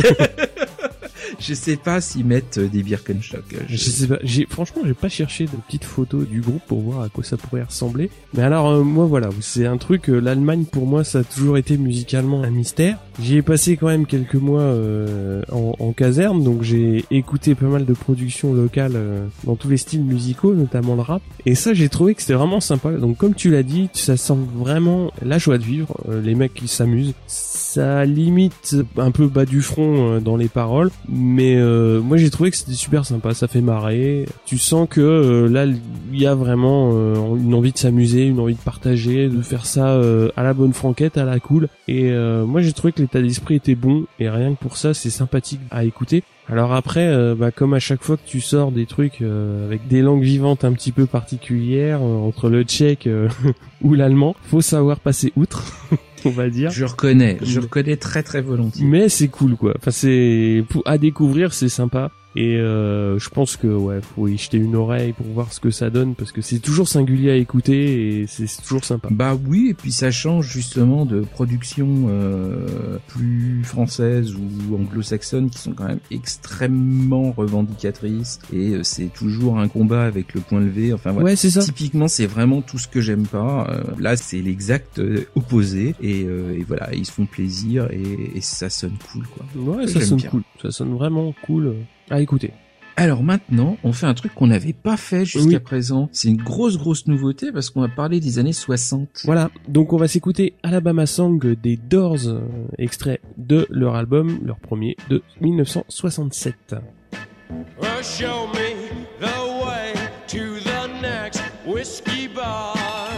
Je sais pas s'ils mettent des Birkenstock. Je... je sais pas. J'ai, franchement, j'ai pas cherché de petites photos du groupe pour voir à quoi ça pourrait ressembler. Mais alors, euh, moi, voilà, c'est un truc. Euh, L'Allemagne, pour moi, ça a toujours été musicalement un mystère. J'y ai passé quand même quelques mois euh, en, en caserne, donc j'ai écouté pas mal de productions locales euh, dans tous les styles musicaux, notamment le rap. Et ça, j'ai trouvé que c'était vraiment sympa. Donc, comme tu l'as dit, ça sent vraiment la joie de vivre. Euh, les mecs qui s'amusent. Ça limite un peu bas du front euh, dans les paroles. Mais euh, moi j'ai trouvé que c'était super sympa, ça fait marrer. Tu sens que euh, là il y a vraiment euh, une envie de s'amuser, une envie de partager, de faire ça euh, à la bonne franquette, à la cool. Et euh, moi j'ai trouvé que l'état d'esprit était bon et rien que pour ça c'est sympathique à écouter. Alors après, euh, bah, comme à chaque fois que tu sors des trucs euh, avec des langues vivantes un petit peu particulières, euh, entre le tchèque euh, ou l'allemand, faut savoir passer outre. On va dire. Je reconnais, je reconnais très très volontiers. Mais c'est cool quoi. Enfin c'est pour à découvrir, c'est sympa. Et euh, je pense que ouais, faut y jeter une oreille pour voir ce que ça donne parce que c'est toujours singulier à écouter et c'est, c'est toujours sympa. Bah oui, et puis ça change justement de productions euh, plus françaises ou anglo-saxonnes qui sont quand même extrêmement revendicatrices et euh, c'est toujours un combat avec le point levé. Enfin voilà. Ouais, c'est ça. Typiquement, c'est vraiment tout ce que j'aime pas. Euh, là, c'est l'exact euh, opposé et, euh, et voilà, ils se font plaisir et, et ça sonne cool quoi. Ouais, ça, ça sonne bien. Cool. Ça sonne vraiment cool. À écouter. Alors maintenant, on fait un truc qu'on n'avait pas fait jusqu'à oui. présent. C'est une grosse grosse nouveauté parce qu'on va parler des années soixante. Voilà, donc on va s'écouter Alabama Song des Doors, euh, extrait de leur album, leur premier, de dix-neuf cent soixante-sept. Well, show me the way to the next whiskey bar.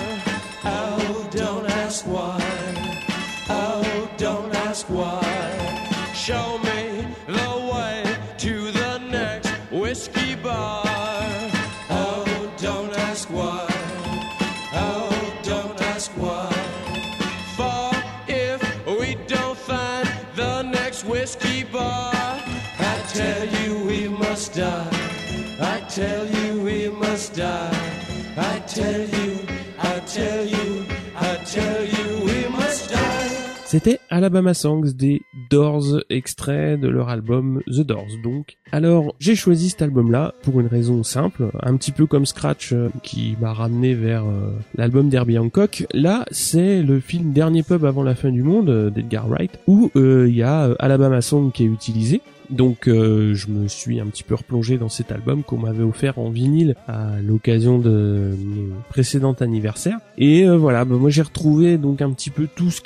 Oh, don't ask why. Oh, don't ask why. Show me the way to the next whiskey bar. Oh, don't ask why. Oh, don't ask why. For if we don't find the next whiskey bar, I tell you we must die. I tell you we must die. I tell you, I tell you, I tell you we must die. C'était Alabama Songs des Doors, extrait de leur album The Doors donc. Alors, j'ai choisi cet album-là pour une raison simple, un petit peu comme Scratch euh, qui m'a ramené vers euh, l'album d'Herbie Hancock. Là, c'est le film Dernier pub avant la fin du monde euh, d'Edgar Wright, où il euh, y a euh, Alabama Song qui est utilisé. Donc euh, je me suis un petit peu replongé dans cet album qu'on m'avait offert en vinyle à l'occasion de mon précédent anniversaire. Et euh, voilà, bah, moi j'ai retrouvé donc un petit peu tout ce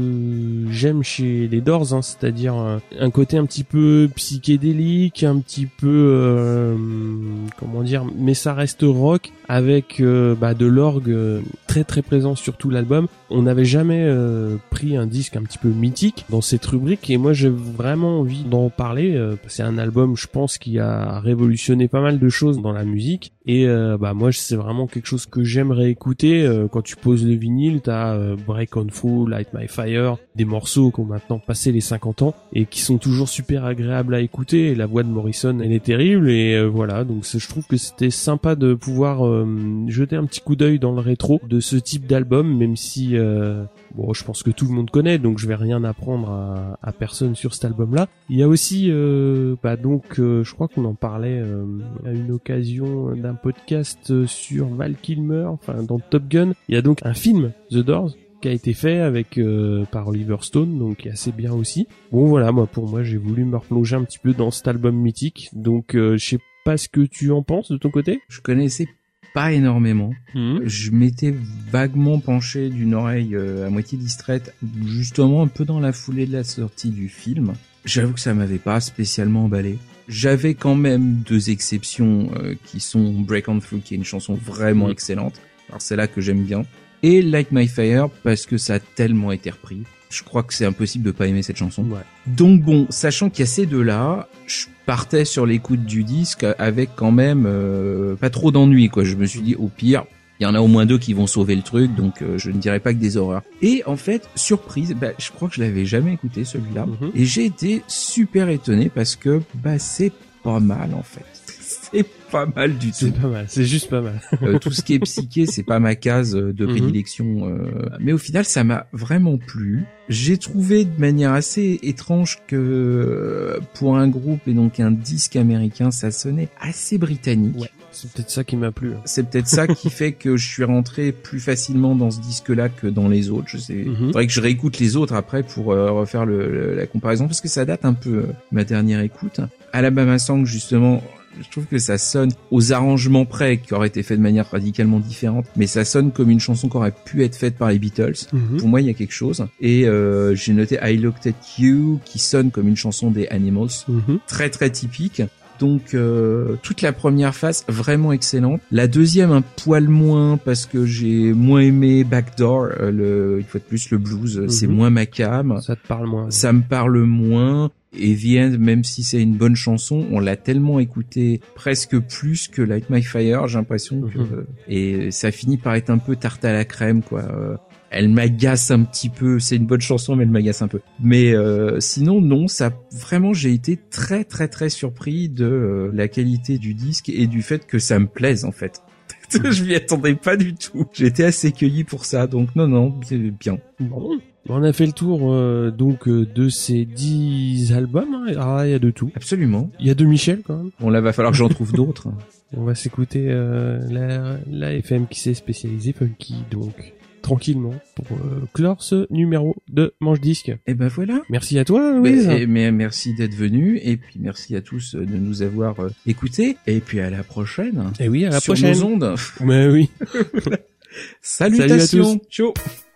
que j'aime chez les Doors, hein, c'est-à-dire euh, un côté un petit peu psychédélique, un petit peu euh, comment dire, mais ça reste rock avec euh, bah, de l'orgue euh, très très présent sur tout l'album. On n'avait jamais euh, pris un disque un petit peu mythique dans cette rubrique et moi j'ai vraiment envie d'en parler. C'est un album, je pense, qui a révolutionné pas mal de choses dans la musique. Et euh, bah moi, c'est vraiment quelque chose que j'aimerais écouter. Euh, quand tu poses le vinyle, t'as euh, Break On Through, Light My Fire, des morceaux qui ont maintenant passé les cinquante ans et qui sont toujours super agréables à écouter. Et la voix de Morrison, elle est terrible. Et euh, voilà, donc je trouve que c'était sympa de pouvoir euh, jeter un petit coup d'œil dans le rétro de ce type d'album, même si... Euh, Bon, je pense que tout le monde connaît, donc je vais rien apprendre à, à personne sur cet album-là. Il y a aussi, euh, bah donc, euh, je crois qu'on en parlait euh, à une occasion d'un podcast sur Val Kilmer, enfin dans Top Gun. Il y a donc un film, The Doors, qui a été fait avec euh, par Oliver Stone, donc qui est assez bien aussi. Bon voilà, moi pour moi j'ai voulu me replonger un petit peu dans cet album mythique, donc euh, je sais pas ce que tu en penses de ton côté. Je connaissais pas énormément. Mmh. Je m'étais vaguement penché d'une oreille euh, à moitié distraite, justement un peu dans la foulée de la sortie du film. J'avoue que ça m'avait pas spécialement emballé. J'avais quand même deux exceptions euh, qui sont Break On Through, qui est une chanson vraiment mmh. excellente. Alors c'est là que j'aime bien. Et Light My Fire, parce que ça a tellement été repris. Je crois que c'est impossible de pas aimer cette chanson. Ouais. Donc bon, sachant qu'il y a ces deux-là, je partais sur l'écoute du disque avec quand même euh, pas trop d'ennui, quoi. Je me suis dit, au pire, il y en a au moins deux qui vont sauver le truc, donc euh, je ne dirais pas que des horreurs. Et en fait, surprise, bah, je crois que je l'avais jamais écouté celui-là, mm-hmm. et j'ai été super étonné parce que bah c'est pas mal en fait. C'est pas mal du tout. C'est pas mal, c'est juste pas mal. euh, tout ce qui est psyché, c'est pas ma case de prédilection. Euh, mais au final, ça m'a vraiment plu. J'ai trouvé de manière assez étrange que pour un groupe et donc un disque américain, ça sonnait assez britannique. Ouais, c'est peut-être ça qui m'a plu. C'est peut-être ça qui fait que je suis rentré plus facilement dans ce disque-là que dans les autres. Je sais. Mm-hmm. Faudrait que je réécoute les autres après pour euh, refaire le, le, la comparaison parce que ça date un peu euh, ma dernière écoute. Alabama Song, justement. Je trouve que ça sonne aux arrangements près qui auraient été faits de manière radicalement différente, mais ça sonne comme une chanson qui aurait pu être faite par les Beatles. Mm-hmm. Pour moi, il y a quelque chose. Et euh, j'ai noté I Looked at You, qui sonne comme une chanson des Animals, mm-hmm. très très typique. Donc euh, toute la première phase vraiment excellente. La deuxième un poil moins parce que j'ai moins aimé Backdoor. Euh, le, une fois de plus le blues, mm-hmm. c'est moins ma came. Ça te parle moins. Ça me parle moins. Et The End, même si c'est une bonne chanson, on l'a tellement écouté presque plus que Light My Fire, j'ai l'impression que... Mm-hmm. Et ça finit par être un peu tarte à la crème, quoi. Elle m'agace un petit peu, c'est une bonne chanson, mais elle m'agace un peu. Mais euh, sinon, non, ça vraiment, j'ai été très très très surpris de euh, la qualité du disque et du fait que ça me plaise, en fait. Je m'y attendais pas du tout. J'étais assez cueilli pour ça, donc non, non, bien. Bon. On a fait le tour euh, donc euh, de ces dix albums. Hein. Ah, il y a de tout. Absolument. Il y a de Michel quand même. Bon, là, va falloir que j'en trouve d'autres. On va s'écouter euh, la, la F M qui s'est spécialisée funky, donc tranquillement pour euh, clore ce numéro de Manche Disque. Et ben voilà. Merci à toi, Louise. Ben, mais merci d'être venu et puis merci à tous de nous avoir euh, écoutés et puis à la prochaine. Et oui, à la sur prochaine. Sur nos ondes. Mais oui. Salutations. Salut à tous. Ciao.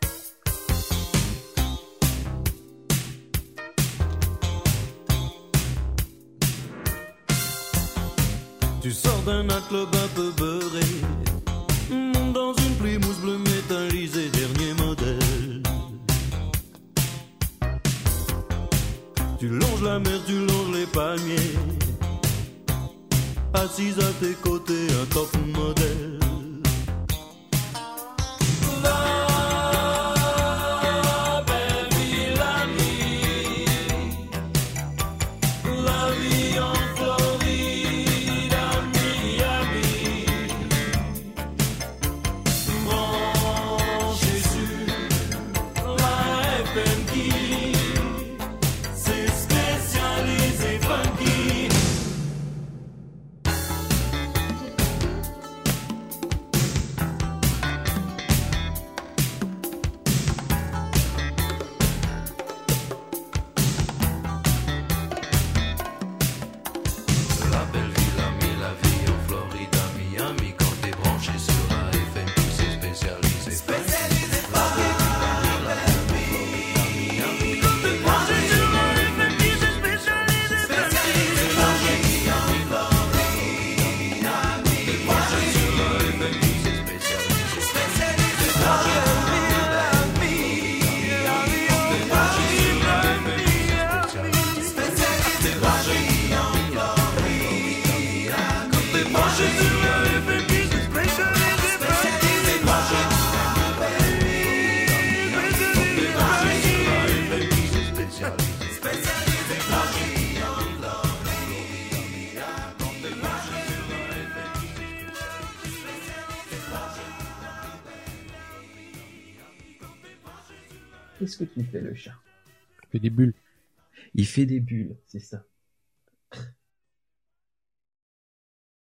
Tu sors d'un club un peu beurré, dans une Plymouth bleue métallisée, dernier modèle. Tu longes la mer, tu longes les palmiers, assise à tes côtés, un top modèle. Qui Qu'est-ce que tu fais, le chat? Il fait des bulles. Il fait des bulles, c'est ça.